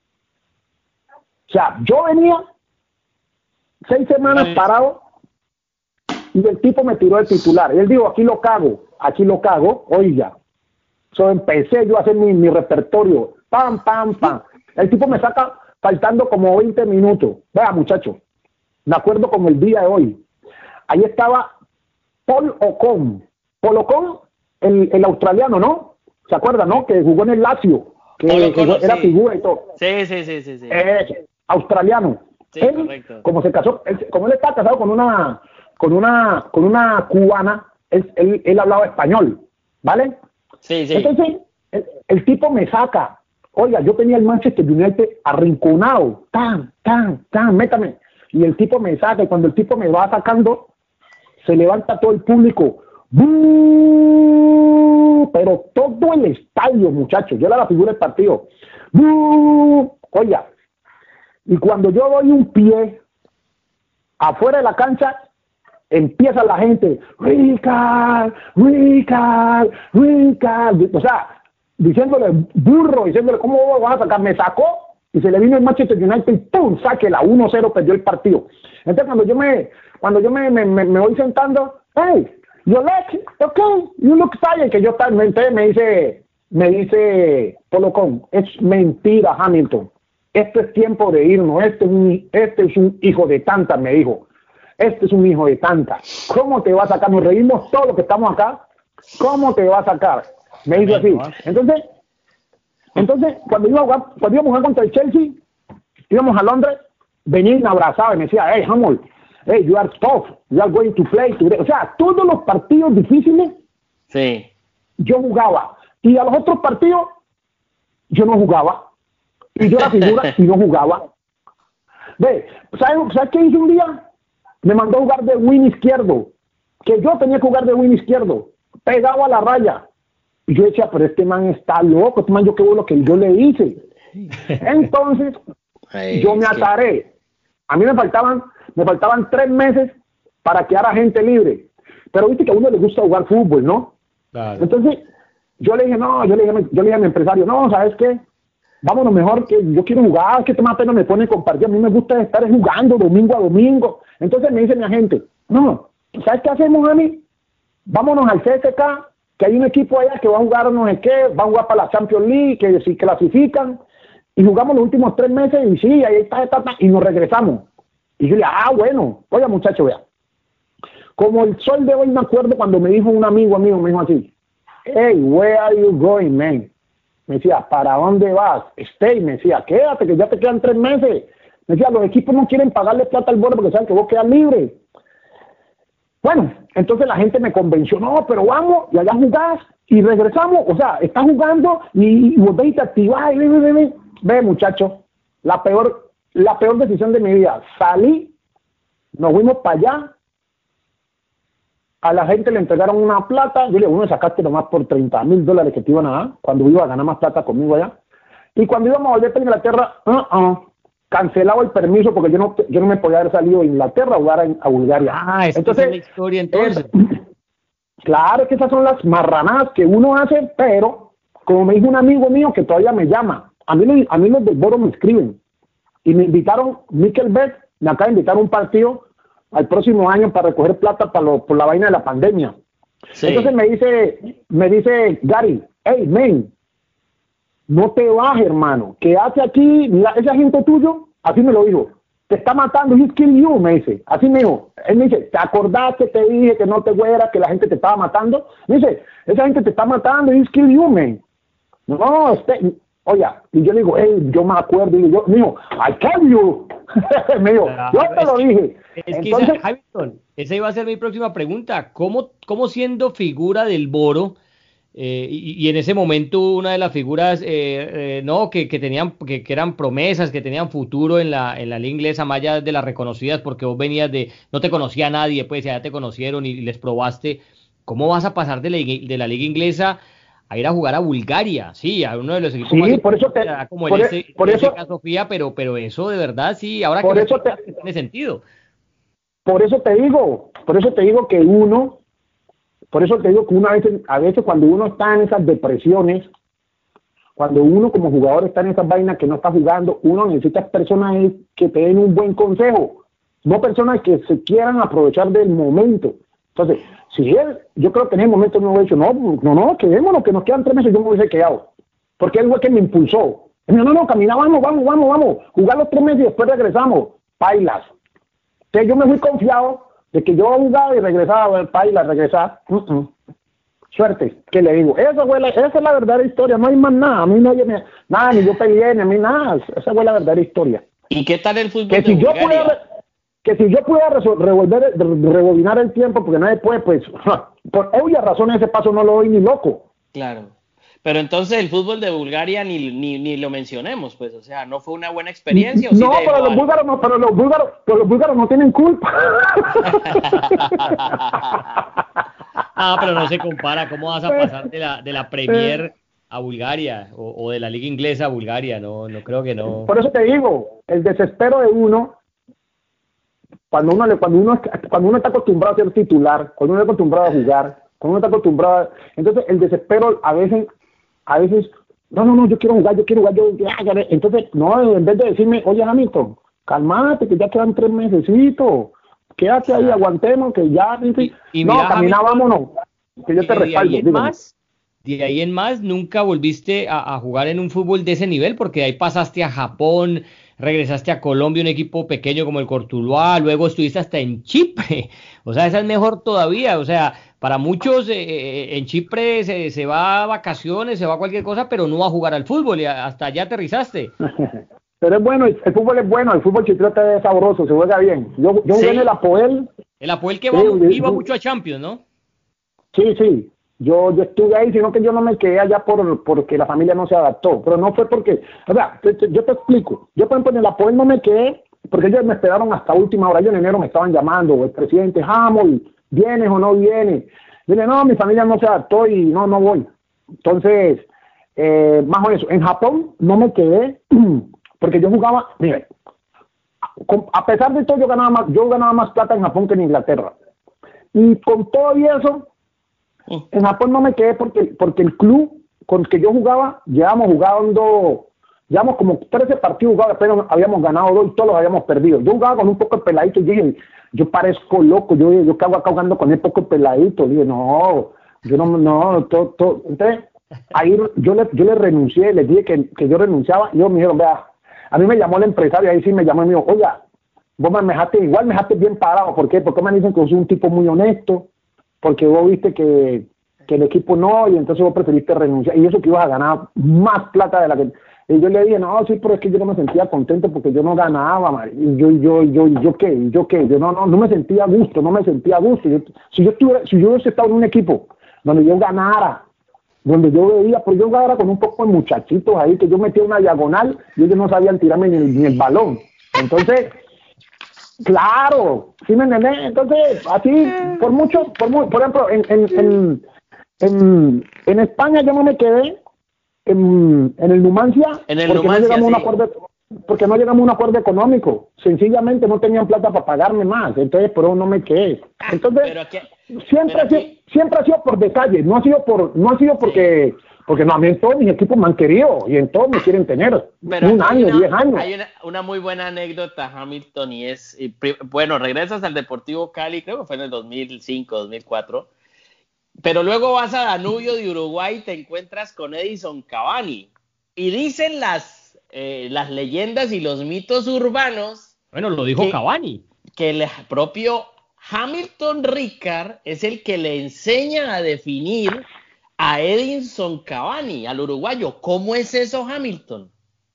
O sea, yo venía seis semanas sí. parado y el tipo me tiró de titular. Y él dijo, aquí lo cago, aquí lo cago, oiga. So, empecé yo a hacer mi, mi repertorio. Pam, pam, pam. El tipo me saca faltando como veinte minutos. Vea, muchacho, me acuerdo como el día de hoy. Ahí estaba Paul Ocon. Paul Ocon, el, el australiano, ¿no? ¿Se acuerdan, no? Que jugó en el Lazio, que Ocon, era sí. figura y todo. Sí, sí, sí, sí. sí. Eh, australiano. Sí, él, correcto. como se casó, él, como él está casado con una, con una, con una cubana, él, él, él hablaba español, ¿vale? Sí, sí. Entonces, el, el tipo me saca. Oiga, yo tenía el Manchester United arrinconado, tan, tan, tan, métame. Y el tipo me saca, y cuando el tipo me va sacando, se levanta todo el público. ¡Bú! Pero todo el estadio, muchachos. Yo era la figura del partido. ¡Bú! Oiga, y cuando yo doy un pie afuera de la cancha, empieza la gente, Ricard, Ricard, Ricard, o sea, diciéndole burro, diciéndole, ¿cómo vas a sacar? Me sacó y se le vino el Manchester United y ¡pum! Saque la uno cero, perdió el partido. Entonces cuando yo me, cuando yo me, me, me, me voy sentando, hey, you look, okay, you look tired, que yo también, entonces me dice, me dice Polo Con, es mentira, Hamilton. Este es tiempo de irnos, este es, un, este es un hijo de tanta, me dijo. Este es un hijo de tanta. ¿Cómo te va a sacar? Nos reímos todos los que estamos acá. ¿Cómo te va a sacar? Me dijo así. Entonces, entonces cuando, iba a jugar, cuando íbamos a jugar contra el Chelsea, íbamos a Londres, venía y me abrazaba y me decía, hey, Hammond, hey, you are tough, you are going to play today. O sea, todos los partidos difíciles, sí, yo jugaba. Y a los otros partidos, yo no jugaba. Y yo era figura y no jugaba. Ve, ¿sabes, ¿sabes qué hice un día? Me mandó a jugar de win izquierdo, que yo tenía que jugar de win izquierdo, pegado a la raya. Y yo decía, pero este man está loco, este man, yo qué bueno que yo le hice. Entonces, Ay, yo me ataré. A mí me faltaban, me faltaban tres meses para quedar agente libre. Pero viste que a uno le gusta jugar fútbol, ¿no? Claro. Entonces, yo le dije, no, yo le dije, yo le dije a mi empresario, no, ¿sabes qué? Vámonos mejor, que yo quiero jugar, que más pena me pone compartir. A mí me gusta estar jugando domingo a domingo. Entonces me dice mi agente, no, ¿sabes qué hacemos, a mí? Vámonos al C S K, que hay un equipo allá que va a jugar no sé qué, va a jugar para la Champions League, que si clasifican, y jugamos los últimos tres meses, y sí, ahí está, está, está, y nos regresamos. Y yo le dije, ah, bueno, oiga muchacho, vea. Como el sol de hoy me acuerdo cuando me dijo un amigo amigo, me dijo así, hey, where are you going, man? Me decía, ¿para dónde vas? Stay, me decía, quédate, que ya te quedan tres meses. Me decía, los equipos no quieren pagarle plata al borde porque saben que vos quedas libre. Bueno, entonces la gente me convenció, no, pero vamos, y allá jugás, y regresamos. O sea, estás jugando, y, y volvéis y te activás, y ve, ve, ve, ve, muchacho, la peor, la peor decisión de mi vida. Salí, nos fuimos para allá, a la gente le entregaron una plata, yo le digo, uno sacaste nomás por treinta mil dólares que te iban a dar, cuando iba a ganar más plata conmigo allá. Y cuando íbamos a volver para Inglaterra, uh -uh, cancelaba el permiso porque yo no, yo no me podía haber salido de Inglaterra a jugar a, a Bulgaria. Ah, esta entonces, es la historia entonces. Es, claro que esas son las marranadas que uno hace, pero como me dijo un amigo mío que todavía me llama, a mí, a mí los del Boro me escriben y me invitaron, Mikel Bet me acaba de invitar a un partido al próximo año para recoger plata para lo, por la vaina de la pandemia. Sí. Entonces me dice, me dice Gary, hey, man, no te bajes, hermano, quédate aquí, mira, ese agente tuyo, así me lo dijo, te está matando, he's killing you, me dice, así me dijo, él me dice, ¿te acordás que te dije que no te fueras, que la gente te estaba matando? Me dice, esa gente te está matando, he's killing you, man. No, este, oye, y yo le digo, hey, yo me acuerdo, y yo, me dijo, I tell you, me dijo, yo te lo dije. Es Entonces, que esa, Hamilton, esa iba a ser mi próxima pregunta. ¿Cómo, cómo siendo figura del Boro, eh, y, y en ese momento una de las figuras eh, eh, no que, que tenían que, que eran promesas, que tenían futuro en la en la liga inglesa, más allá de las reconocidas, porque vos venías de, no te conocía nadie, pues ya te conocieron y les probaste, ¿cómo vas a pasar de la, de la liga inglesa a ir a jugar a Bulgaria? Sí, a uno de los equipos sí, más por eso te, como por, en ese, por en eso, ese caso Fía, pero, pero eso de verdad sí, ahora por que eso te, tiene sentido. Por eso te digo, por eso te digo que uno, por eso te digo que una vez, a veces cuando uno está en esas depresiones, cuando uno como jugador está en esas vainas que no está jugando, uno necesita personas que te den un buen consejo, no personas que se quieran aprovechar del momento. Entonces, si él, yo creo que en ese momento no hubiera dicho, no, no, no, quedémonos, que nos quedan tres meses, yo me hubiese quedado, porque él fue que me impulsó. No, no, no, camina, vamos, vamos, vamos, vamos, jugar los tres meses y después regresamos, bailas. Entonces yo me fui confiado, de que yo jugaba y regresaba al país, la regresaba. Uh -uh. Suerte, ¿qué le digo? Esa, fue la, esa es la verdadera historia, no hay más nada. A mí nadie me, nada, ni yo peleé, ni a mí nada. Esa fue la verdadera historia. ¿Y qué tal el fútbol que de si yo Bulgaria? pudiera, que si yo pudiera revolver, rebobinar el tiempo, porque nadie puede, pues, por obvias razones ese paso no lo doy ni loco. Claro. Pero entonces el fútbol de Bulgaria ni, ni, ni lo mencionemos, pues, o sea, ¿no fue una buena experiencia? ¿O no, sí te pero los búlgaros no, pero los búlgaros, pero los búlgaros no tienen culpa. Ah, pero no se compara. ¿Cómo vas a pasar de la, de la Premier a Bulgaria o, o de la Liga Inglesa a Bulgaria? No, no creo que no. Por eso te digo, el desespero de uno, cuando uno, le, cuando uno, cuando uno está acostumbrado a ser titular, cuando uno está acostumbrado a jugar, cuando uno está acostumbrado, a, entonces el desespero a veces, a veces, no, no, no, yo quiero jugar, yo quiero jugar, yo, ya, ya, entonces, no, en vez de decirme, oye, Hamilton, cálmate, que ya quedan tres mesecitos. Quédate ahí, aguantemos, que ya... Y, y no, mira, camina, vámonos, que yo te respaldo. De ahí en más, de ahí en más, nunca volviste a, a jugar en un fútbol de ese nivel, porque de ahí pasaste a Japón, regresaste a Colombia, un equipo pequeño como el Cortuluá, luego estuviste hasta en Chipre. O sea, esa es mejor todavía. O sea, para muchos eh, en Chipre se, se va a vacaciones, se va a cualquier cosa, pero no va a jugar al fútbol, y hasta allá aterrizaste. Pero es bueno, el fútbol es bueno, el fútbol chipriota es sabroso, se juega bien. Yo, yo jugué Sí. en el Apoel. El Apoel que va, Sí, iba sí. mucho a Champions, ¿no? Sí, sí, yo, yo estuve ahí, sino que yo no me quedé allá por porque la familia no se adaptó, pero no fue porque, o sea, te, te, yo te explico, yo por ejemplo en el Apoel no me quedé, porque ellos me esperaron hasta última hora, yo en enero me estaban llamando, el presidente, Hammond, ¿vienes o no vienes? Yo dije, no, mi familia no se adaptó y no, no voy. Entonces, eh, más o menos, en Japón no me quedé, porque yo jugaba, mire, a pesar de todo yo ganaba más, yo ganaba más plata en Japón que en Inglaterra. Y con todo y eso, en Japón no me quedé porque, porque el club con el que yo jugaba, llevamos jugando, llevamos como trece partidos jugados, pero habíamos ganado dos y todos los habíamos perdido. Yo jugaba con un poco de peladito y dije, yo parezco loco, yo, yo cago acá jugando con el poco de peladito. Dije, no, yo no, no, todo, todo. Entonces, ahí yo le, yo le renuncié, les dije que, que yo renunciaba y ellos me dijeron, vea, a mí me llamó el empresario, ahí sí me llamó y me dijo, oiga, vos me dejaste, igual me dejaste bien parado, ¿por qué? Porque me dicen que vos sos un tipo muy honesto, porque vos viste que, que el equipo no, y entonces vos preferiste renunciar, y eso que ibas a ganar más plata de la que... Y yo le dije, no, sí, pero es que yo no me sentía contento porque yo no ganaba, man. Y yo, yo, yo, yo, ¿qué? ¿Y yo qué? Yo no, no, no me sentía a gusto, no me sentía a gusto. Yo, si yo estuviera, si yo hubiese estado en un equipo donde yo ganara, donde yo veía, pues yo jugaba con un poco de muchachitos ahí, que yo metía una diagonal y ellos no sabían tirarme ni el, ni el balón. Entonces, claro, ¿sí me entendés? Entonces, así, por mucho, por, mu por ejemplo, en, en, en, en, en España yo no me quedé en, en el Numancia, en el porque, Numancia, no llegamos sí. a un acuerdo, porque no llegamos a un acuerdo económico. Sencillamente no tenían plata para pagarme más, entonces por eso no me quedé. Entonces, pero aquí, siempre, pero ha sido, aquí, siempre ha sido por detalle, no ha sido por, no ha sido porque, sí. porque no, a mí en todos mis equipos me han querido y en todos me quieren tener. Pero un año, una, diez años. Hay una, una muy buena anécdota, Hamilton, y es, y, bueno, regresas al Deportivo Cali, creo que fue en el dos mil cinco, dos mil cuatro, pero luego vas a Danubio de Uruguay y te encuentras con Edison Cavani. Y dicen las, eh, las leyendas y los mitos urbanos. Bueno, lo dijo que, Cavani. Que el propio Hamilton Ricard es el que le enseña a definir a Edison Cavani, al uruguayo. ¿Cómo es eso, Hamilton?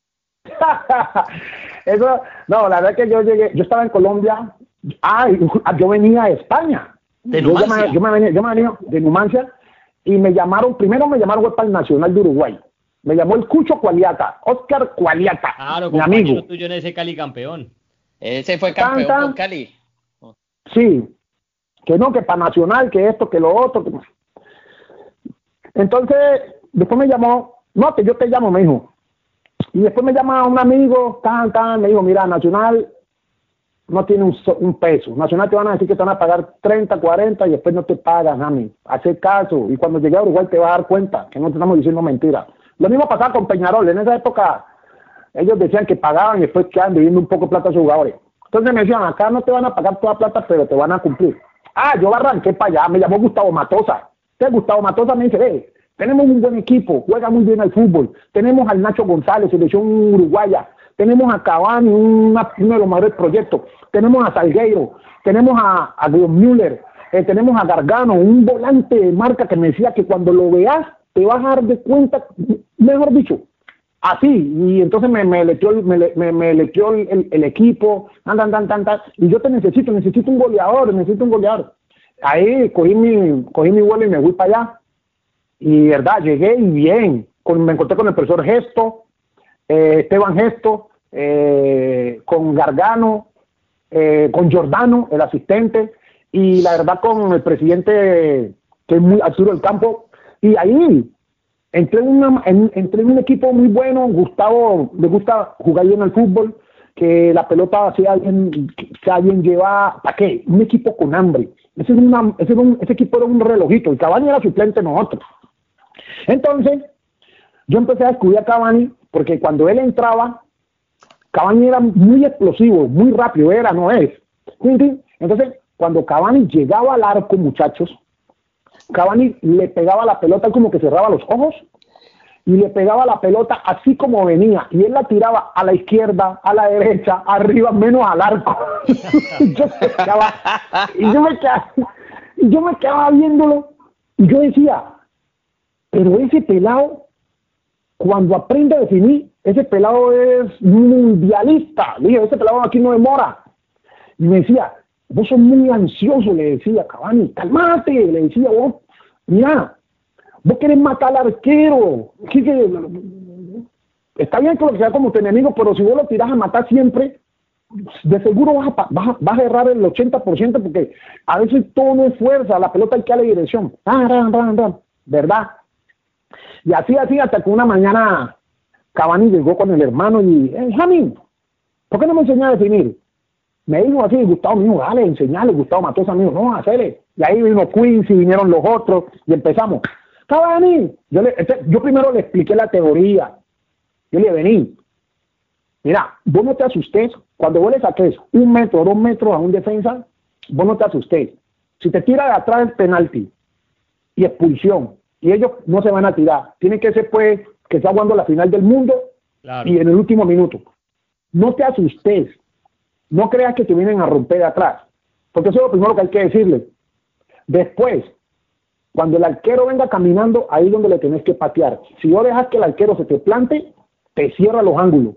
Eso, no, la verdad es que yo llegué, yo estaba en Colombia, ah, yo venía de España. De yo, Numancia. me, yo, me venía, yo me venía de Numancia y me llamaron, primero me llamaron para el Nacional de Uruguay. Me llamó el Cucho Cualiata, Oscar Cualiata, claro, mi amigo. Tuyo en ese Cali campeón. Ese fue campeón tan, tan, con Cali. Sí, que no, que para Nacional, que esto, que lo otro. Que... Entonces, después me llamó, no, que yo te llamo, me dijo. Y después me llama un amigo, tan, tan, me dijo, mira, Nacional no tiene un, un peso. Nacional te van a decir que te van a pagar treinta, cuarenta y después no te pagan, a mí. Hacer caso. Y cuando llegue a Uruguay te vas a dar cuenta que no te estamos diciendo mentiras. Lo mismo pasaba con Peñarol. En esa época ellos decían que pagaban y después quedaban debiendo un poco de plata a sus jugadores. Entonces me decían, acá no te van a pagar toda plata, pero te van a cumplir. Ah, yo arranqué para allá, me llamó Gustavo Matosa. Entonces Gustavo Matosa me dice, hey, tenemos un buen equipo, juega muy bien al fútbol. Tenemos al Nacho González, selección uruguaya. tenemos a Cavani, una, uno de los mayores proyectos, tenemos a Salgueiro, tenemos a, a Glenn Müller, eh, tenemos a Gargano, un volante de marca que me decía que cuando lo veas te vas a dar de cuenta, mejor dicho, así, y entonces me, me leteó, el, me, me, me leteó el, el, el equipo, andan, andan, andan, andan, y yo te necesito, necesito un goleador, necesito un goleador. Ahí cogí mi, cogí mi vuelo y me fui para allá, y verdad, llegué y bien, con, me encontré con el profesor Gesto, eh, Esteban Gesto, eh, con Gargano, eh, con Giordano, el asistente, y la verdad con el presidente, que es muy Arturo del Campo, y ahí entré en, una, en, entré en un equipo muy bueno. Gustavo le gusta jugar bien al fútbol, que la pelota sea bien, sea bien llevada. ¿Para qué? Un equipo con hambre. Ese, es una, ese, un, ese equipo era un relojito. El Cavani era suplente de nosotros. Entonces, yo empecé a descubrir a Cavani, porque cuando él entraba, Cavani era muy explosivo, muy rápido, era, no es. Entonces, cuando Cavani llegaba al arco, muchachos, Cavani le pegaba la pelota como que cerraba los ojos y le pegaba la pelota así como venía, y él la tiraba a la izquierda, a la derecha, arriba, menos al arco. y, yo me quedaba, y, yo me quedaba, y yo me quedaba viéndolo, y yo decía, pero ese pelado, cuando aprende a definir, ese pelado es mundialista. Dije, ese pelado aquí no demora. Y me decía, vos sos muy ansioso, le decía Cavani, calmate, le decía vos, mira, vos querés matar al arquero, ¿qué, qué? Está bien que lo que sea como tu enemigo, pero si vos lo tirás a matar siempre, de seguro vas a, vas a, vas a errar el ochenta por ciento, porque a veces todo no es fuerza, la pelota hay que darle dirección, ran, ran, ran, ran, ¿verdad? Y así, así, hasta que una mañana Cavani llegó con el hermano y, hey, Jamín, ¿por qué no me enseñás a definir? Me dijo así, Gustavo, mío, dale, enseñale, Gustavo Matosa, mío, no, hacerle. Y ahí vino Quincy, vinieron los otros, y empezamos. Cavani, yo, le, yo primero le expliqué la teoría. Yo le dije, vení, mira, vos no te asustes, cuando vos le saques un metro, dos metros a un defensa, vos no te asustes. Si te tira de atrás el penalti y expulsión, y ellos no se van a tirar, tiene que ser pues que está jugando la final del mundo, claro, y en el último minuto. No te asustes. No creas que te vienen a romper de atrás, porque eso es lo primero que hay que decirle. Después, cuando el arquero venga caminando, ahí es donde le tenés que patear. Si vos dejas que el arquero se te plante, te cierra los ángulos.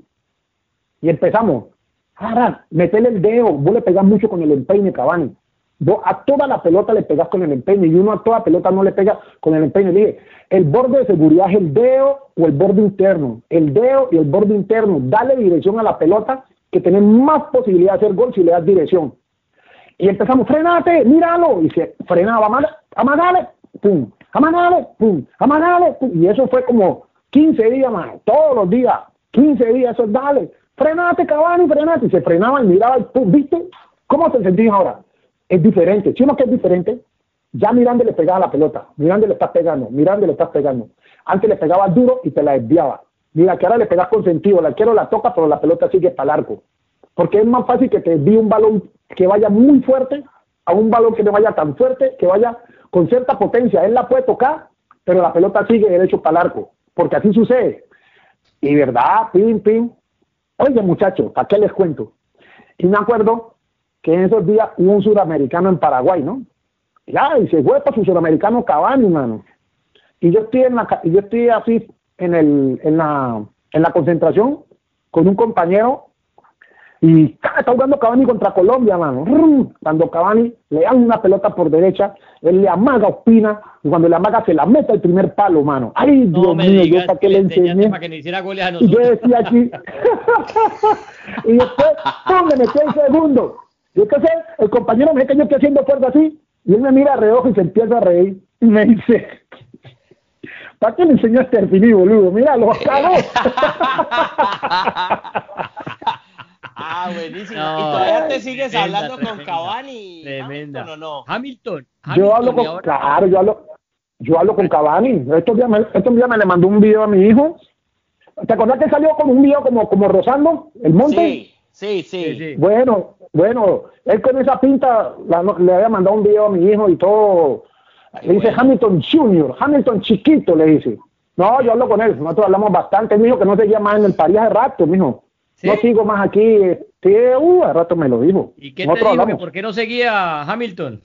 Y empezamos. Ahora, metele el dedo, vos le pegás mucho con el empeine, Cavani. Vos a toda la pelota le pegás con el empeine, y uno a toda pelota no le pega con el empeine. Dije, el borde de seguridad es el dedo o el borde interno. El dedo y el borde interno. Dale dirección a la pelota, que tenés más posibilidad de hacer gol si le das dirección. Y empezamos, frenate, míralo, y se frenaba, amagale, pum, amagale, pum, amagale, pum, y eso fue como quince días más, todos los días, quince días, eso, dale, frenate, Cavani, frenate, y se frenaba y miraba, y pum, ¿viste? ¿Cómo te sentís ahora? Es diferente, si uno que es diferente, ya Miranda le pegaba la pelota, Miranda le estás pegando, Miranda le estás pegando, antes le pegaba duro y te la desviaba. Mira, que ahora le pegas con sentido, el arquero la toca, pero la pelota sigue para el arco. Porque es más fácil que te desvíe un balón que vaya muy fuerte a un balón que no vaya tan fuerte, que vaya con cierta potencia. Él la puede tocar, pero la pelota sigue derecho para el arco. Porque así sucede. Y verdad, pim, pim. Oye, muchachos, ¿para qué les cuento? Y me acuerdo que en esos días hubo un suramericano en Paraguay, ¿no? Ya, y se fue para su suramericano Cavani, mano. Y yo estoy, en la, yo estoy así en, el, en, la, en la concentración con un compañero y ¡ah! Está jugando Cavani contra Colombia, mano. Cuando Cavani le dan una pelota por derecha, él le amaga a Ospina, y cuando le amaga se la mete al primer palo, mano. Ay, no Dios me mío, digas, yo para qué le enseñé. para que le hiciera goles a nosotros. Y yo decía aquí, y después, ¡pum!, le metí el segundo. Y entonces el compañero me dice que yo estoy haciendo fuerza así, y él me mira a reojo y se empieza a reír, y me dice, ¿para qué le enseñaste a definir, boludo? Mira, lo cagó. Ah, buenísimo. No, ¿Y todavía te sigues tremenda, hablando tremenda, con Cavani? Tremenda. Hamilton, ¿o no? Hamilton. Hamilton Yo hablo con, ahora... claro, yo hablo, yo hablo con Cavani. Estos días, me, estos días me le mandó un video a mi hijo. ¿Te acordás que salió con un video como, como rozando el monte? Sí, sí, sí. Sí, sí. Bueno, bueno, él con esa pinta la, le había mandado un video a mi hijo y todo. Qué Le dice bueno. Hamilton Junior, Hamilton chiquito, le dice. No, yo hablo con él, nosotros hablamos bastante. Él me dijo que no seguía más en el París hace rato, mijo. ¿Sí? No sigo más aquí. Sí, uh, a rato me lo dijo. ¿Y qué Nosotros te dijo? hablamos. ¿Que ¿Por qué no seguía Hamilton?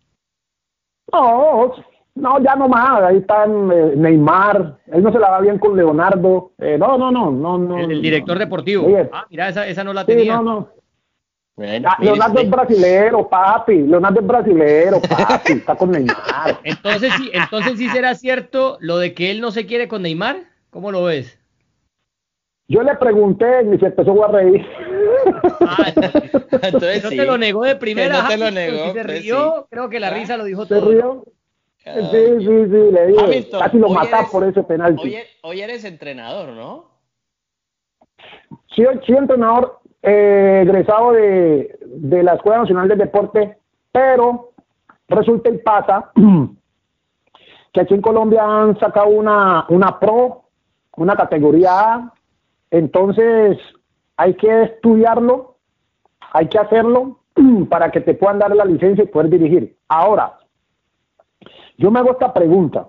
No, no, ya no más. Ahí están eh, Neymar. Él no se la va bien con Leonardo. Eh, no, no, no, no, no. El, el director no. deportivo. Oye, Ah, mira, esa, esa no la sí, tenía. no, no. Bueno, Ah, mire Leonardo es usted. brasilero, papi. Leonardo es brasilero, papi. Está con Neymar. Entonces sí, entonces sí será cierto lo de que él no se quiere con Neymar. ¿Cómo lo ves? Yo le pregunté y se empezó a reír. Ah, entonces, Entonces no sí. te lo negó de Que primera. no te lo Hamilton, negó, si se pues rió, sí. creo que la Ah, risa lo dijo ¿Se todo, ¿no? rió? Sí, ay, sí, Dios. sí, le dije. Hamilton, Casi lo hoy mataba por eres, ese penalti. hoy, e- hoy eres entrenador, ¿no? Sí, sí, entrenador eh, egresado de, de la Escuela Nacional del Deporte, pero resulta y pasa que aquí en Colombia han sacado una, una pro, una categoría A, entonces hay que estudiarlo, hay que hacerlo para que te puedan dar la licencia y poder dirigir. Ahora, yo me hago esta pregunta.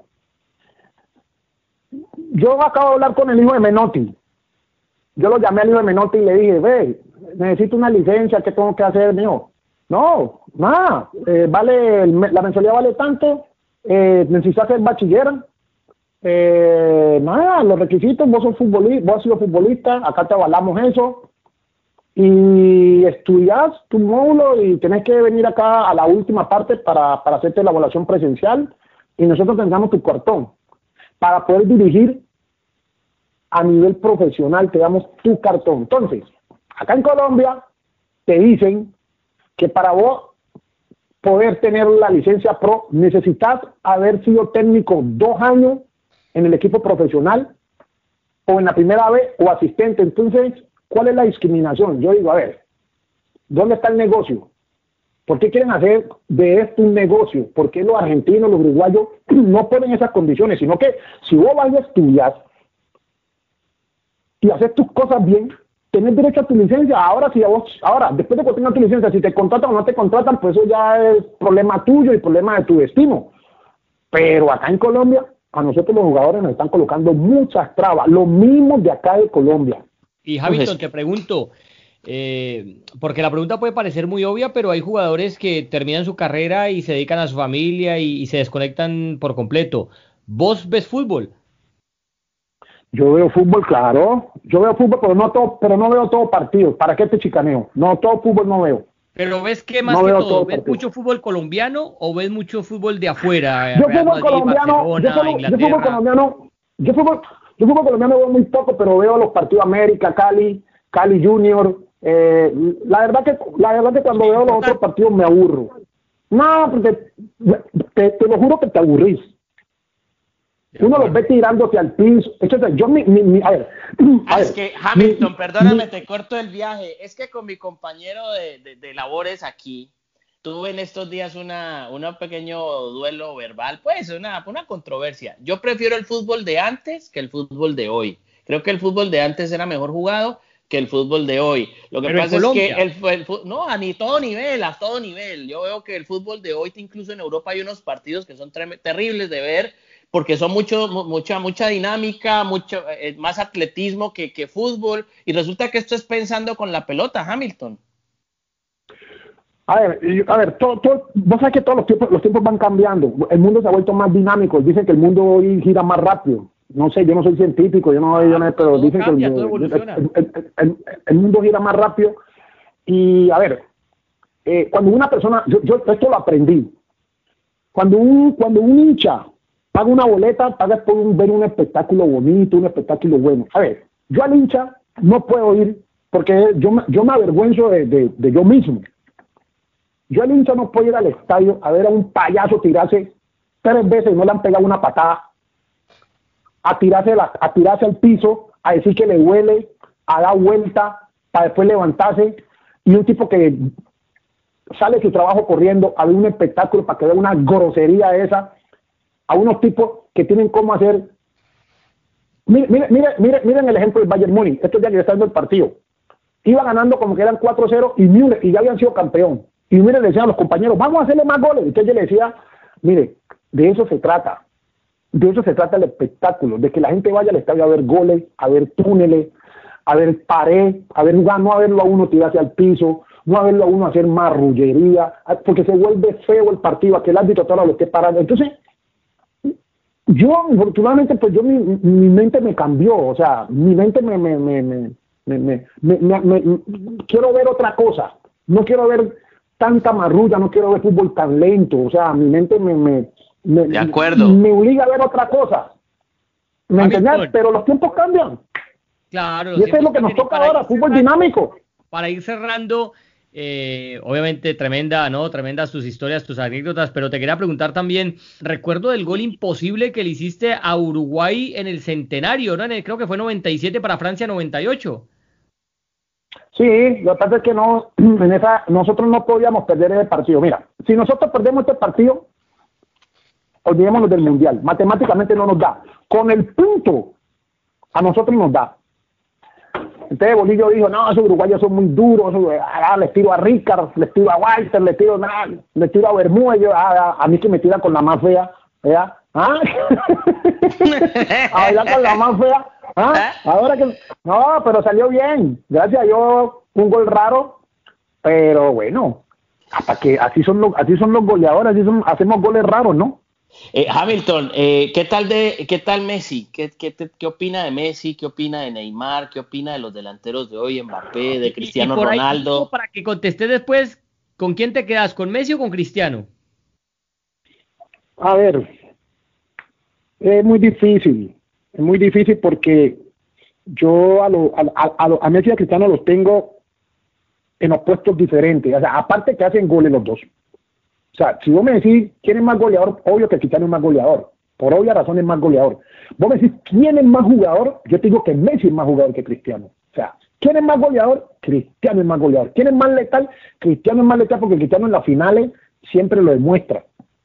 Yo acabo de hablar con el hijo de Menotti. Yo lo llamé al hijo de Menotti y le dije, ve, necesito una licencia, ¿qué tengo que hacer? Me dijo, no, nada, eh, vale, la mensualidad vale tanto, eh, necesitas ser bachiller, eh, nada, los requisitos, vos sos futbolista, vos has sido futbolista, acá te avalamos eso, y estudias tu módulo y tenés que venir acá a la última parte para, para hacerte la evaluación presencial, y nosotros tengamos tu cartón, para poder dirigir a nivel profesional, te damos tu cartón. Entonces, acá en Colombia te dicen que para vos poder tener la licencia pro necesitas haber sido técnico dos años en el equipo profesional o en la primera vez o asistente. Entonces, ¿cuál es la discriminación? Yo digo, a ver, ¿dónde está el negocio? ¿Por qué quieren hacer de esto un negocio? ¿Por qué los argentinos, los uruguayos no ponen esas condiciones? Sino que si vos vas a estudiar y hacer tus cosas bien, tenés derecho a tu licencia. Ahora, si a vos, ahora, después de que tengas tu licencia, si te contratan o no te contratan, pues eso ya es problema tuyo y problema de tu destino. Pero acá en Colombia, a nosotros los jugadores nos están colocando muchas trabas, lo mismo de acá de Colombia. Y Hamilton, te pregunto, eh, porque la pregunta puede parecer muy obvia, pero hay jugadores que terminan su carrera y se dedican a su familia y, y se desconectan por completo. ¿Vos ves fútbol? Yo veo fútbol, claro. Yo veo fútbol, pero no todo, pero no veo todo partido. ¿Para qué te chicaneo? No, todo fútbol no veo. Pero ves que más No que veo todo, todo ¿ves partido. mucho fútbol colombiano o ves mucho fútbol de afuera? Yo Real fútbol Madrid, colombiano, yo Barcelona, solo, yo fútbol Inglaterra. colombiano, yo fútbol, yo fútbol colombiano veo muy poco, pero veo los partidos América, Cali, Cali Junior. Eh, la verdad que, la verdad que cuando veo los otros partidos me aburro. No, porque te, te lo juro que te aburrís. Uno los ve tirándose al piso. Entonces, yo mi, mi, mi a ver, a Ah, ver, es que, Hamilton, mi- perdóname, mi- te corto el viaje. Es que con mi compañero de, de, de labores aquí, tuve en estos días una, un pequeño duelo verbal, pues una, una controversia. Yo prefiero el fútbol de antes que el fútbol de hoy. Creo que el fútbol de antes era mejor jugado que el fútbol de hoy. Lo que Pero en pasa es que Colombia. el, el, no, a ni todo nivel, a todo nivel. Yo veo que el fútbol de hoy, incluso en Europa, hay unos partidos que son trem- terribles de ver porque son mucho, mu- mucha, mucha dinámica, mucho eh, más atletismo que, que fútbol. Y resulta que esto es pensando con la pelota, Hamilton. A ver, y- a ver, todo, todo, vos sabés que todos los tiempos, los tiempos van cambiando. El mundo se ha vuelto más dinámico. Dicen que el mundo hoy gira más rápido. No sé, yo no soy científico, yo no, yo no pero todo dicen cambia, que todo el, evoluciona. el, el- el- el mundo gira más rápido. Y a ver, eh, cuando una persona, yo, yo esto lo aprendí. Cuando un, cuando un hincha paga una boleta, paga por un, ver un espectáculo bonito, un espectáculo bueno. A ver, yo al hincha no puedo ir porque yo, me- yo me avergüenzo de, de, de yo mismo. Yo al hincha no puedo ir al estadio a ver a un payaso tirarse tres veces y no le han pegado una patada, a tirarse, la, a tirarse al piso, a decir que le duele, a dar vuelta, para después levantarse, y un tipo que sale de su trabajo corriendo a ver un espectáculo para que vea una grosería esa, a unos tipos que tienen cómo hacer. Mire, mire, mire, mire, miren el ejemplo del Bayern Múnich, estos días que está viendo el partido. Iba ganando como que eran cuatro cero y, Müller, y ya habían sido campeón. Y Müller le decía a los compañeros, vamos a hacerle más goles. Y entonces yo le decía, mire, de eso se trata. De eso se trata el espectáculo, de que la gente vaya al estadio a ver goles, a ver túneles, a ver pared, a ver jugar, no a verlo a uno tirarse al piso, no a verlo a uno hacer marrullería, porque se vuelve feo el partido, a que el árbitro todo lo esté parando. Entonces, yo, afortunadamente, pues yo, mi, mi mente me cambió, o sea, mi mente me, me, me, me, me, me, me, me, me, me quiero ver otra cosa, no quiero ver tanta marrulla, no quiero ver fútbol tan lento, o sea, mi mente me, me, me, de acuerdo. me obliga a ver otra cosa, ¿me entiendes? Pero los tiempos cambian. Claro. Y eso es lo que nos toca ahora, fútbol dinámico. Para ir cerrando, eh, obviamente tremenda, ¿no? Tremendas tus historias, tus anécdotas, pero te quería preguntar también, recuerdo del gol imposible que le hiciste a Uruguay en el centenario, ¿no? En el, creo que fue noventa y siete para Francia noventa y ocho. Sí, lo que pasa es que no, en esa, nosotros no podíamos perder ese partido. Mira, si nosotros perdemos este partido, olvidémonos del Mundial. Matemáticamente no nos da. Con el punto, a nosotros nos da. Entonces Bolillo dijo, no, esos uruguayos son muy duros, ah, les tiro a Ricard, les tiro a Walter, les tiro, nah, les tiro a Bermúdez, yo, ah, a mí que me tiran con la más fea, ¿verdad? ¿Ah? A bailar con la más fea, ¿ah? Ahora que, no, pero salió bien, gracias a Dios, un gol raro, pero bueno, hasta que así son los, así son los goleadores, así son, hacemos goles raros, ¿no? Eh, Hamilton, eh, ¿qué tal de qué tal Messi? ¿Qué, qué, ¿Qué opina de Messi? ¿Qué opina de Neymar? ¿Qué opina de los delanteros de hoy, Mbappé, de Cristiano y, y por Ronaldo? Ahí, para que contesté después, ¿con quién te quedas? ¿Con Messi o con Cristiano? A ver, es muy difícil, es muy difícil porque yo a, lo, a, a, a Messi y a Cristiano los tengo en opuestos diferentes, o sea, aparte que hacen goles los dos. O sea, si vos me decís quién es más goleador, obvio que Cristiano es más goleador. Por obvia razón es más goleador. Vos me decís quién es más jugador, yo te digo que Messi es más jugador que Cristiano. O sea, ¿quién es más goleador? Cristiano es más goleador. ¿Quién es más letal? Cristiano es más letal porque Cristiano en las finales siempre lo demuestra.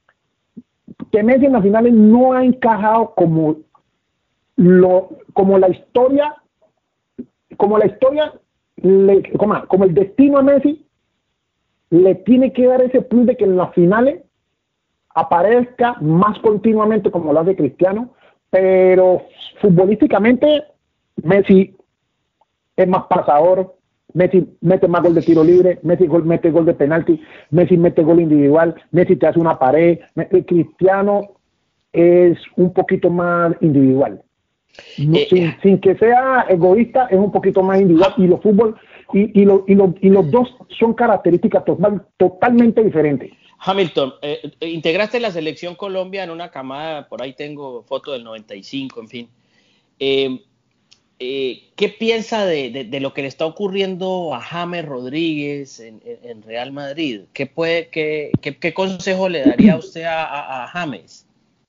Que Messi en las finales no ha encajado como, lo, como la historia, como la historia, le, como, como el destino a Messi le tiene que dar ese plus de que en las finales aparezca más continuamente como lo hace Cristiano, pero futbolísticamente Messi es más pasador, Messi mete más gol de tiro libre, Messi gol, mete gol de penalti, Messi mete gol individual, Messi te hace una pared, el Cristiano es un poquito más individual. No, eh, sin, sin que sea egoísta, es un poquito más individual y los fútbol y, y, lo, y, lo, y los dos son características total, totalmente diferentes. Hamilton, eh, integraste la selección Colombia en una camada, por ahí tengo foto del noventa y cinco, en fin. Eh, eh, ¿Qué piensa de, de, de lo que le está ocurriendo a James Rodríguez en, en Real Madrid? ¿Qué, puede, qué, qué, qué consejo le daría usted a, a, a James?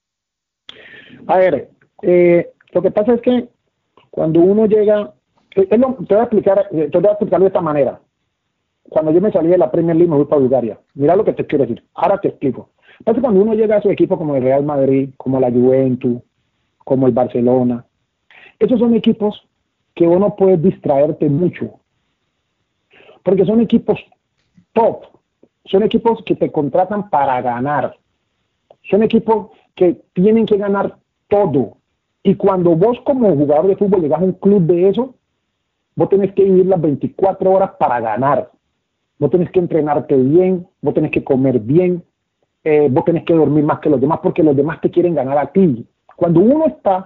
A ver, eh, lo que pasa es que cuando uno llega, es lo, te voy a explicar, te voy a explicar de esta manera. Cuando yo me salí de la Premier League me fui para Bulgaria. Mira lo que te quiero decir. Ahora te explico. Entonces cuando uno llega a esos equipos como el Real Madrid, como la Juventus, como el Barcelona, esos son equipos que uno puede distraerte mucho. Porque son equipos top. Son equipos que te contratan para ganar. Son equipos que tienen que ganar todo. Y cuando vos como jugador de fútbol llegas a un club de eso, vos tenés que vivir las veinticuatro horas para ganar. Vos tenés que entrenarte bien, vos tenés que comer bien, eh, vos tenés que dormir más que los demás porque los demás te quieren ganar a ti. Cuando uno está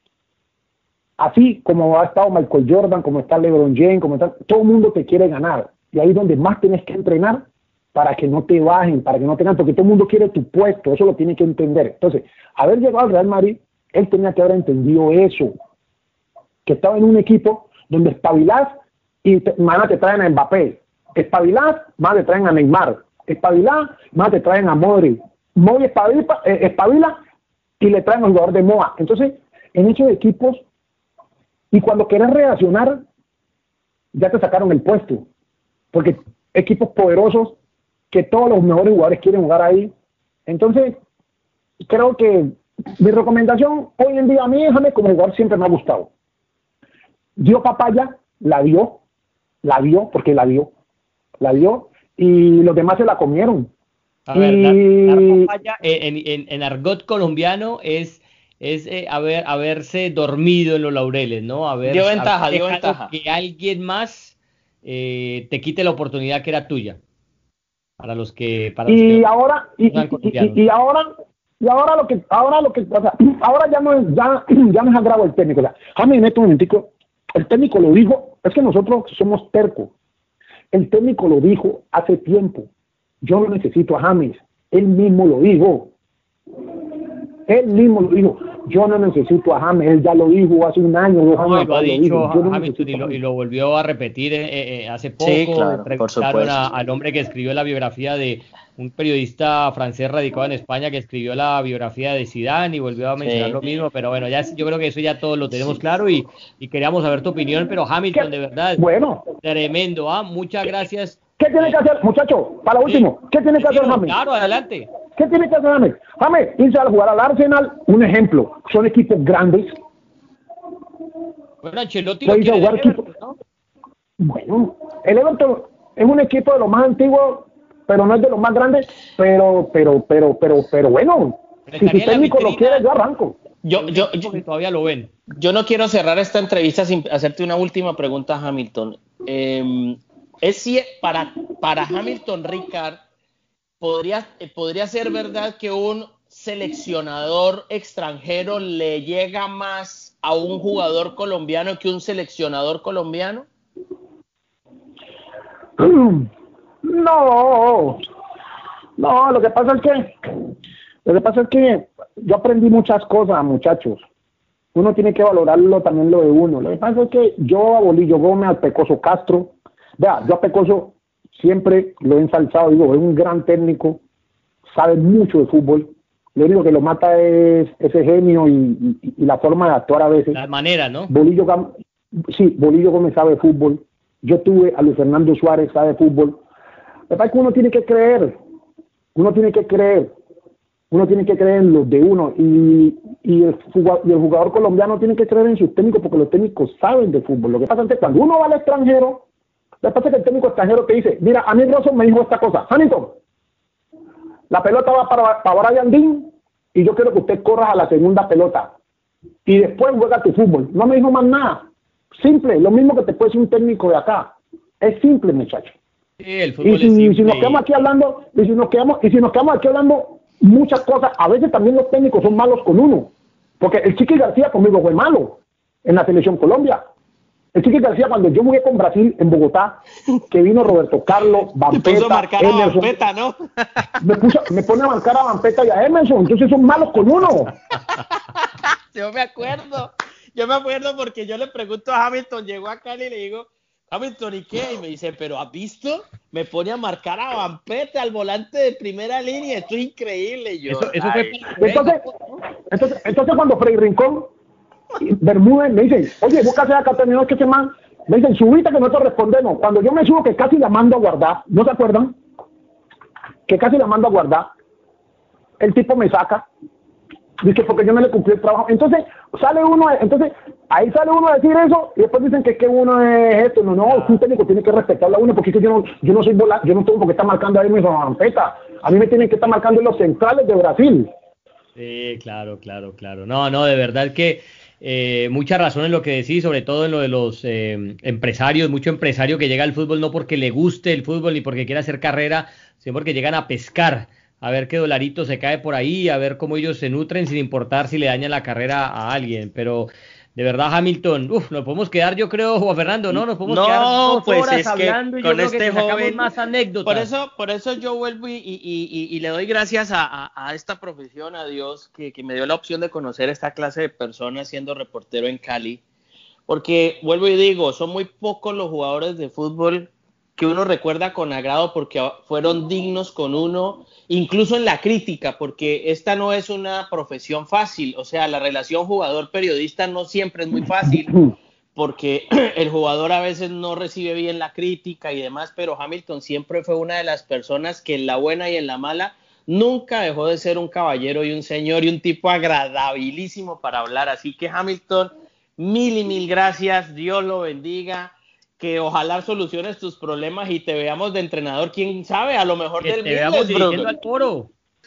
así como ha estado Michael Jordan, como está LeBron James, como está, todo el mundo te quiere ganar. Y ahí es donde más tenés que entrenar para que no te bajen, para que no te ganen, porque todo el mundo quiere tu puesto, eso lo tiene que entender. Entonces, haber llegado al Real Madrid, él tenía que haber entendido eso, que estaba en un equipo donde espabilás y te, mañana te traen a Mbappé, espabilás, mañana te traen a Neymar, espabilás, mañana te traen a Modric, Modric espabila, eh, espabila y le traen al jugador de Moa. Entonces, en esos equipos, y cuando querés reaccionar, ya te sacaron el puesto, porque equipos poderosos, que todos los mejores jugadores quieren jugar ahí. Entonces, creo que mi recomendación hoy en día a mí, déjame como jugador siempre me ha gustado. Dio papaya, la dio, la dio, porque la dio, la dio, y los demás se la comieron. A ver, y... dar, dar papaya en, en, en argot colombiano es es eh, haber, haberse dormido en los laureles, ¿no? Haber, dio ventaja, haber dio ventaja. Que alguien más eh, te quite la oportunidad que era tuya. Para los que, para los y que ahora, y, y, y, y ahora, y ahora lo que, ahora lo que, o sea, ahora ya no es, ya, ya no es agravo el técnico. O sea, James, en este momentico, el técnico lo dijo, es que nosotros somos tercos. El técnico lo dijo hace tiempo. Yo no necesito a James. Él mismo lo dijo. Él mismo lo dijo. Yo no necesito a James. Él ya lo dijo hace un año, dos años. No, lo ha dicho lo no James y lo, y lo volvió a repetir eh, eh, hace poco. Sí, claro, por supuesto. A, al hombre que escribió la biografía de un periodista francés radicado en España que escribió la biografía de Zidane y volvió a mencionar sí. lo mismo. Pero bueno, ya yo creo que eso ya todos lo tenemos sí. claro y, y queríamos saber tu opinión. Pero Hamilton, ¿Qué? de verdad, bueno, tremendo. ¿ah? Muchas gracias. ¿Qué tiene que hacer, muchacho? Para lo último, ¿qué tiene que hacer James? Claro, adelante. ¿Qué tiene que hacer James? James, irse a jugar al Arsenal, un ejemplo. Son equipos grandes. Bueno, Ancelotti lo quiere jugar equipo... ¿no? Bueno, el Everton es un equipo de los más antiguos, pero no es de los más grandes. Pero, pero, pero, pero, pero bueno, pero si su técnico lo quiere, yo arranco. Yo, yo, yo, todavía lo ven. Yo no quiero cerrar esta entrevista sin hacerte una última pregunta, Hamilton. Eh, Es si para, para Hamilton Ricard podría, podría ser verdad que un seleccionador extranjero le llega más a un jugador colombiano que un seleccionador colombiano. No, no, lo que pasa es que lo que pasa es que yo aprendí muchas cosas, muchachos. Uno tiene que valorarlo también lo de uno. Lo que pasa es que yo a Bolillo Gómez, al Pecoso Castro, vea, yo a Pecoso siempre lo he ensalzado, digo, es un gran técnico, sabe mucho de fútbol, lo único que lo mata es ese genio y, y, y la forma de actuar a veces. La manera, ¿no? Bolillo, sí, Bolillo Gómez sabe de fútbol, yo tuve a Luis Fernando Suárez, sabe de fútbol. La verdad es que uno tiene que creer, uno tiene que creer, uno tiene que creer en los de uno y, y, el jugador, y el jugador colombiano tiene que creer en sus técnicos porque los técnicos saben de fútbol. Lo que pasa es que cuando uno va al extranjero, lo que pasa es que el técnico extranjero te dice, mira, a mí Rosso me dijo esta cosa, Hamilton, la pelota va para, para Brian Dean y yo quiero que usted corra a la segunda pelota y después juega tu fútbol. No me dijo más nada. Simple, lo mismo que te puede decir un técnico de acá. Es simple, muchacho. Sí, el fútbol y si, es simple. si nos quedamos aquí hablando, y si nos quedamos, y si nos quedamos aquí hablando muchas cosas, a veces también los técnicos son malos con uno. Porque el Chiqui García conmigo fue malo en la selección Colombia. El Chiqui García, cuando yo jugué con Brasil en Bogotá, que vino Roberto Carlos, Vampeta, me puso a marcar Emerson, a Vampeta, ¿no? me, puso, me pone a marcar a Vampeta y a Emerson, entonces son malos con uno. Yo me acuerdo, yo me acuerdo porque yo le pregunto a Hamilton, llegó a Cali y le digo, Hamilton, ¿y qué? Y me dice, ¿pero has visto? Me pone a marcar a Vampeta, al volante de primera línea, esto es increíble. Y yo, eso, eso fue... entonces, entonces, entonces cuando Freddy Rincón Bermúdez me dicen, oye, búscate acá, terminó que se man. Me dicen, subiste que nosotros respondemos. Cuando yo me subo, que casi la mando a guardar, ¿no se acuerdan? Que casi la mando a guardar. El tipo me saca. Dice, porque yo no le cumplí el trabajo. Entonces, sale uno, entonces, ahí sale uno a decir eso, y después dicen que, que uno es esto. No, no, un técnico tiene que respetarlo a uno, porque es que yo no, yo no soy volante, yo no tengo por qué estar marcando ahí mi Vampeta. A mí me tienen que estar marcando en los centrales de Brasil. Sí, claro, claro, claro. No, no, de verdad que Eh, mucha razón en lo que decís, sobre todo en lo de los eh, empresarios, mucho empresario que llega al fútbol no porque le guste el fútbol ni porque quiera hacer carrera, sino porque llegan a pescar, a ver qué dolarito se cae por ahí, a ver cómo ellos se nutren sin importar si le dañan la carrera a alguien. Pero de verdad, Hamilton, uf, nos podemos quedar, yo creo, Juan Fernando, ¿no? Nos podemos no, quedar dos pues horas es hablando que y yo con creo este que sacamos joven, más anécdotas. Por eso, por eso yo vuelvo y, y, y, y le doy gracias a, a, a esta profesión, a Dios, que, que me dio la opción de conocer esta clase de personas siendo reportero en Cali. Porque, vuelvo y digo, son muy pocos los jugadores de fútbol que uno recuerda con agrado porque fueron dignos con uno, incluso en la crítica, porque esta no es una profesión fácil, o sea, la relación jugador-periodista no siempre es muy fácil, porque el jugador a veces no recibe bien la crítica y demás, pero Hamilton siempre fue una de las personas que en la buena y en la mala nunca dejó de ser un caballero y un señor y un tipo agradabilísimo para hablar, así que Hamilton, mil y mil gracias, Dios lo bendiga, que ojalá soluciones tus problemas y te veamos de entrenador, quién sabe, a lo mejor que del te veamos dirigiendo bro. al Toro.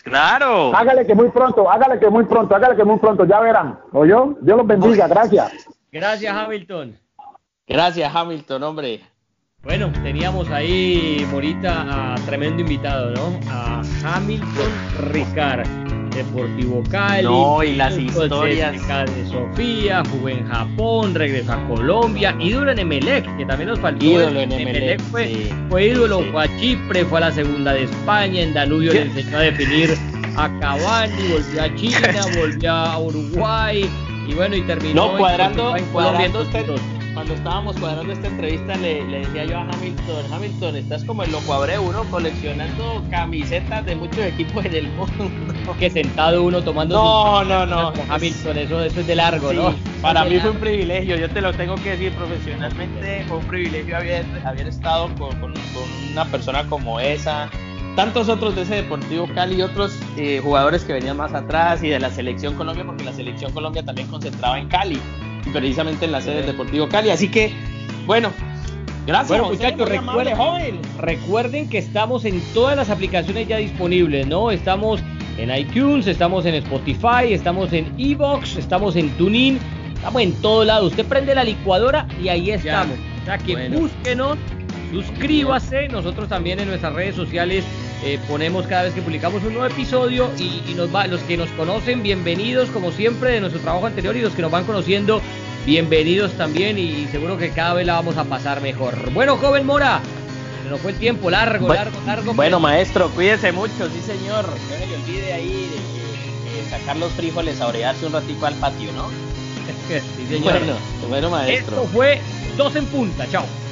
Claro. Hágale que muy pronto, hágale que muy pronto, hágale que muy pronto, ya verán. ¿Oyó? Dios los bendiga, gracias. Gracias, Hamilton. Gracias, Hamilton, hombre. Bueno, teníamos ahí, Morita, a tremendo invitado, ¿no? A Hamilton Ricard, Deportivo Cali. No, y las historias. De Sofía, jugó en Japón, regresó a Colombia, ídolo en Emelec, que también nos faltó. Ídolo en Emelec, fue, sí. fue ídolo, Sí. fue a Chipre, fue a la segunda de España, en Danubio ¿Qué? le enseñó a definir a Cavani, volvió a China, volvió a Uruguay, y bueno, y terminó No, cuadrando, en Colombia. cuadrando este, entonces, cuando estábamos cuadrando esta entrevista le, le decía yo a Hamilton, Hamilton, estás como el loco Abreu, ¿no? Coleccionando camisetas de muchos equipos en el mundo. que sentado uno tomando No, sus- no, no. Hamilton, eso, eso es de largo, Sí, ¿no? para Es mí de fue un largo. privilegio, yo te lo tengo que decir profesionalmente, fue un privilegio haber, haber estado con, con- con una persona como esa, tantos otros de ese Deportivo Cali y otros eh, jugadores que venían más atrás y de la Selección Colombia, porque la Selección Colombia también concentraba en Cali, y precisamente en la sede del Deportivo Cali, así que, bueno, gracias. Bueno, José, muchachos, muy amable, recuerden, joven. recuerden que estamos en todas las aplicaciones ya disponibles, ¿no? Estamos en iTunes, estamos en Spotify, estamos en Evox, estamos en TuneIn, estamos en todo lado. Usted prende la licuadora y ahí estamos. O sea que Bueno. búsquenos, suscríbase. Nosotros también en nuestras redes sociales eh, ponemos cada vez que publicamos un nuevo episodio y, y nos va, los que nos conocen, bienvenidos como siempre de nuestro trabajo anterior, y los que nos van conociendo, bienvenidos también, y seguro que cada vez la vamos a pasar mejor. Bueno, joven Mora, se nos fue el tiempo, largo, Bu- largo, largo. Bueno, maestro, cuídese mucho, sí señor. No se le olvide ahí de, de- de sacar los frijoles a orearse un ratico al patio, ¿no? Sí, señor. Bueno, bueno, maestro. Esto fue Dos en Punta, chao.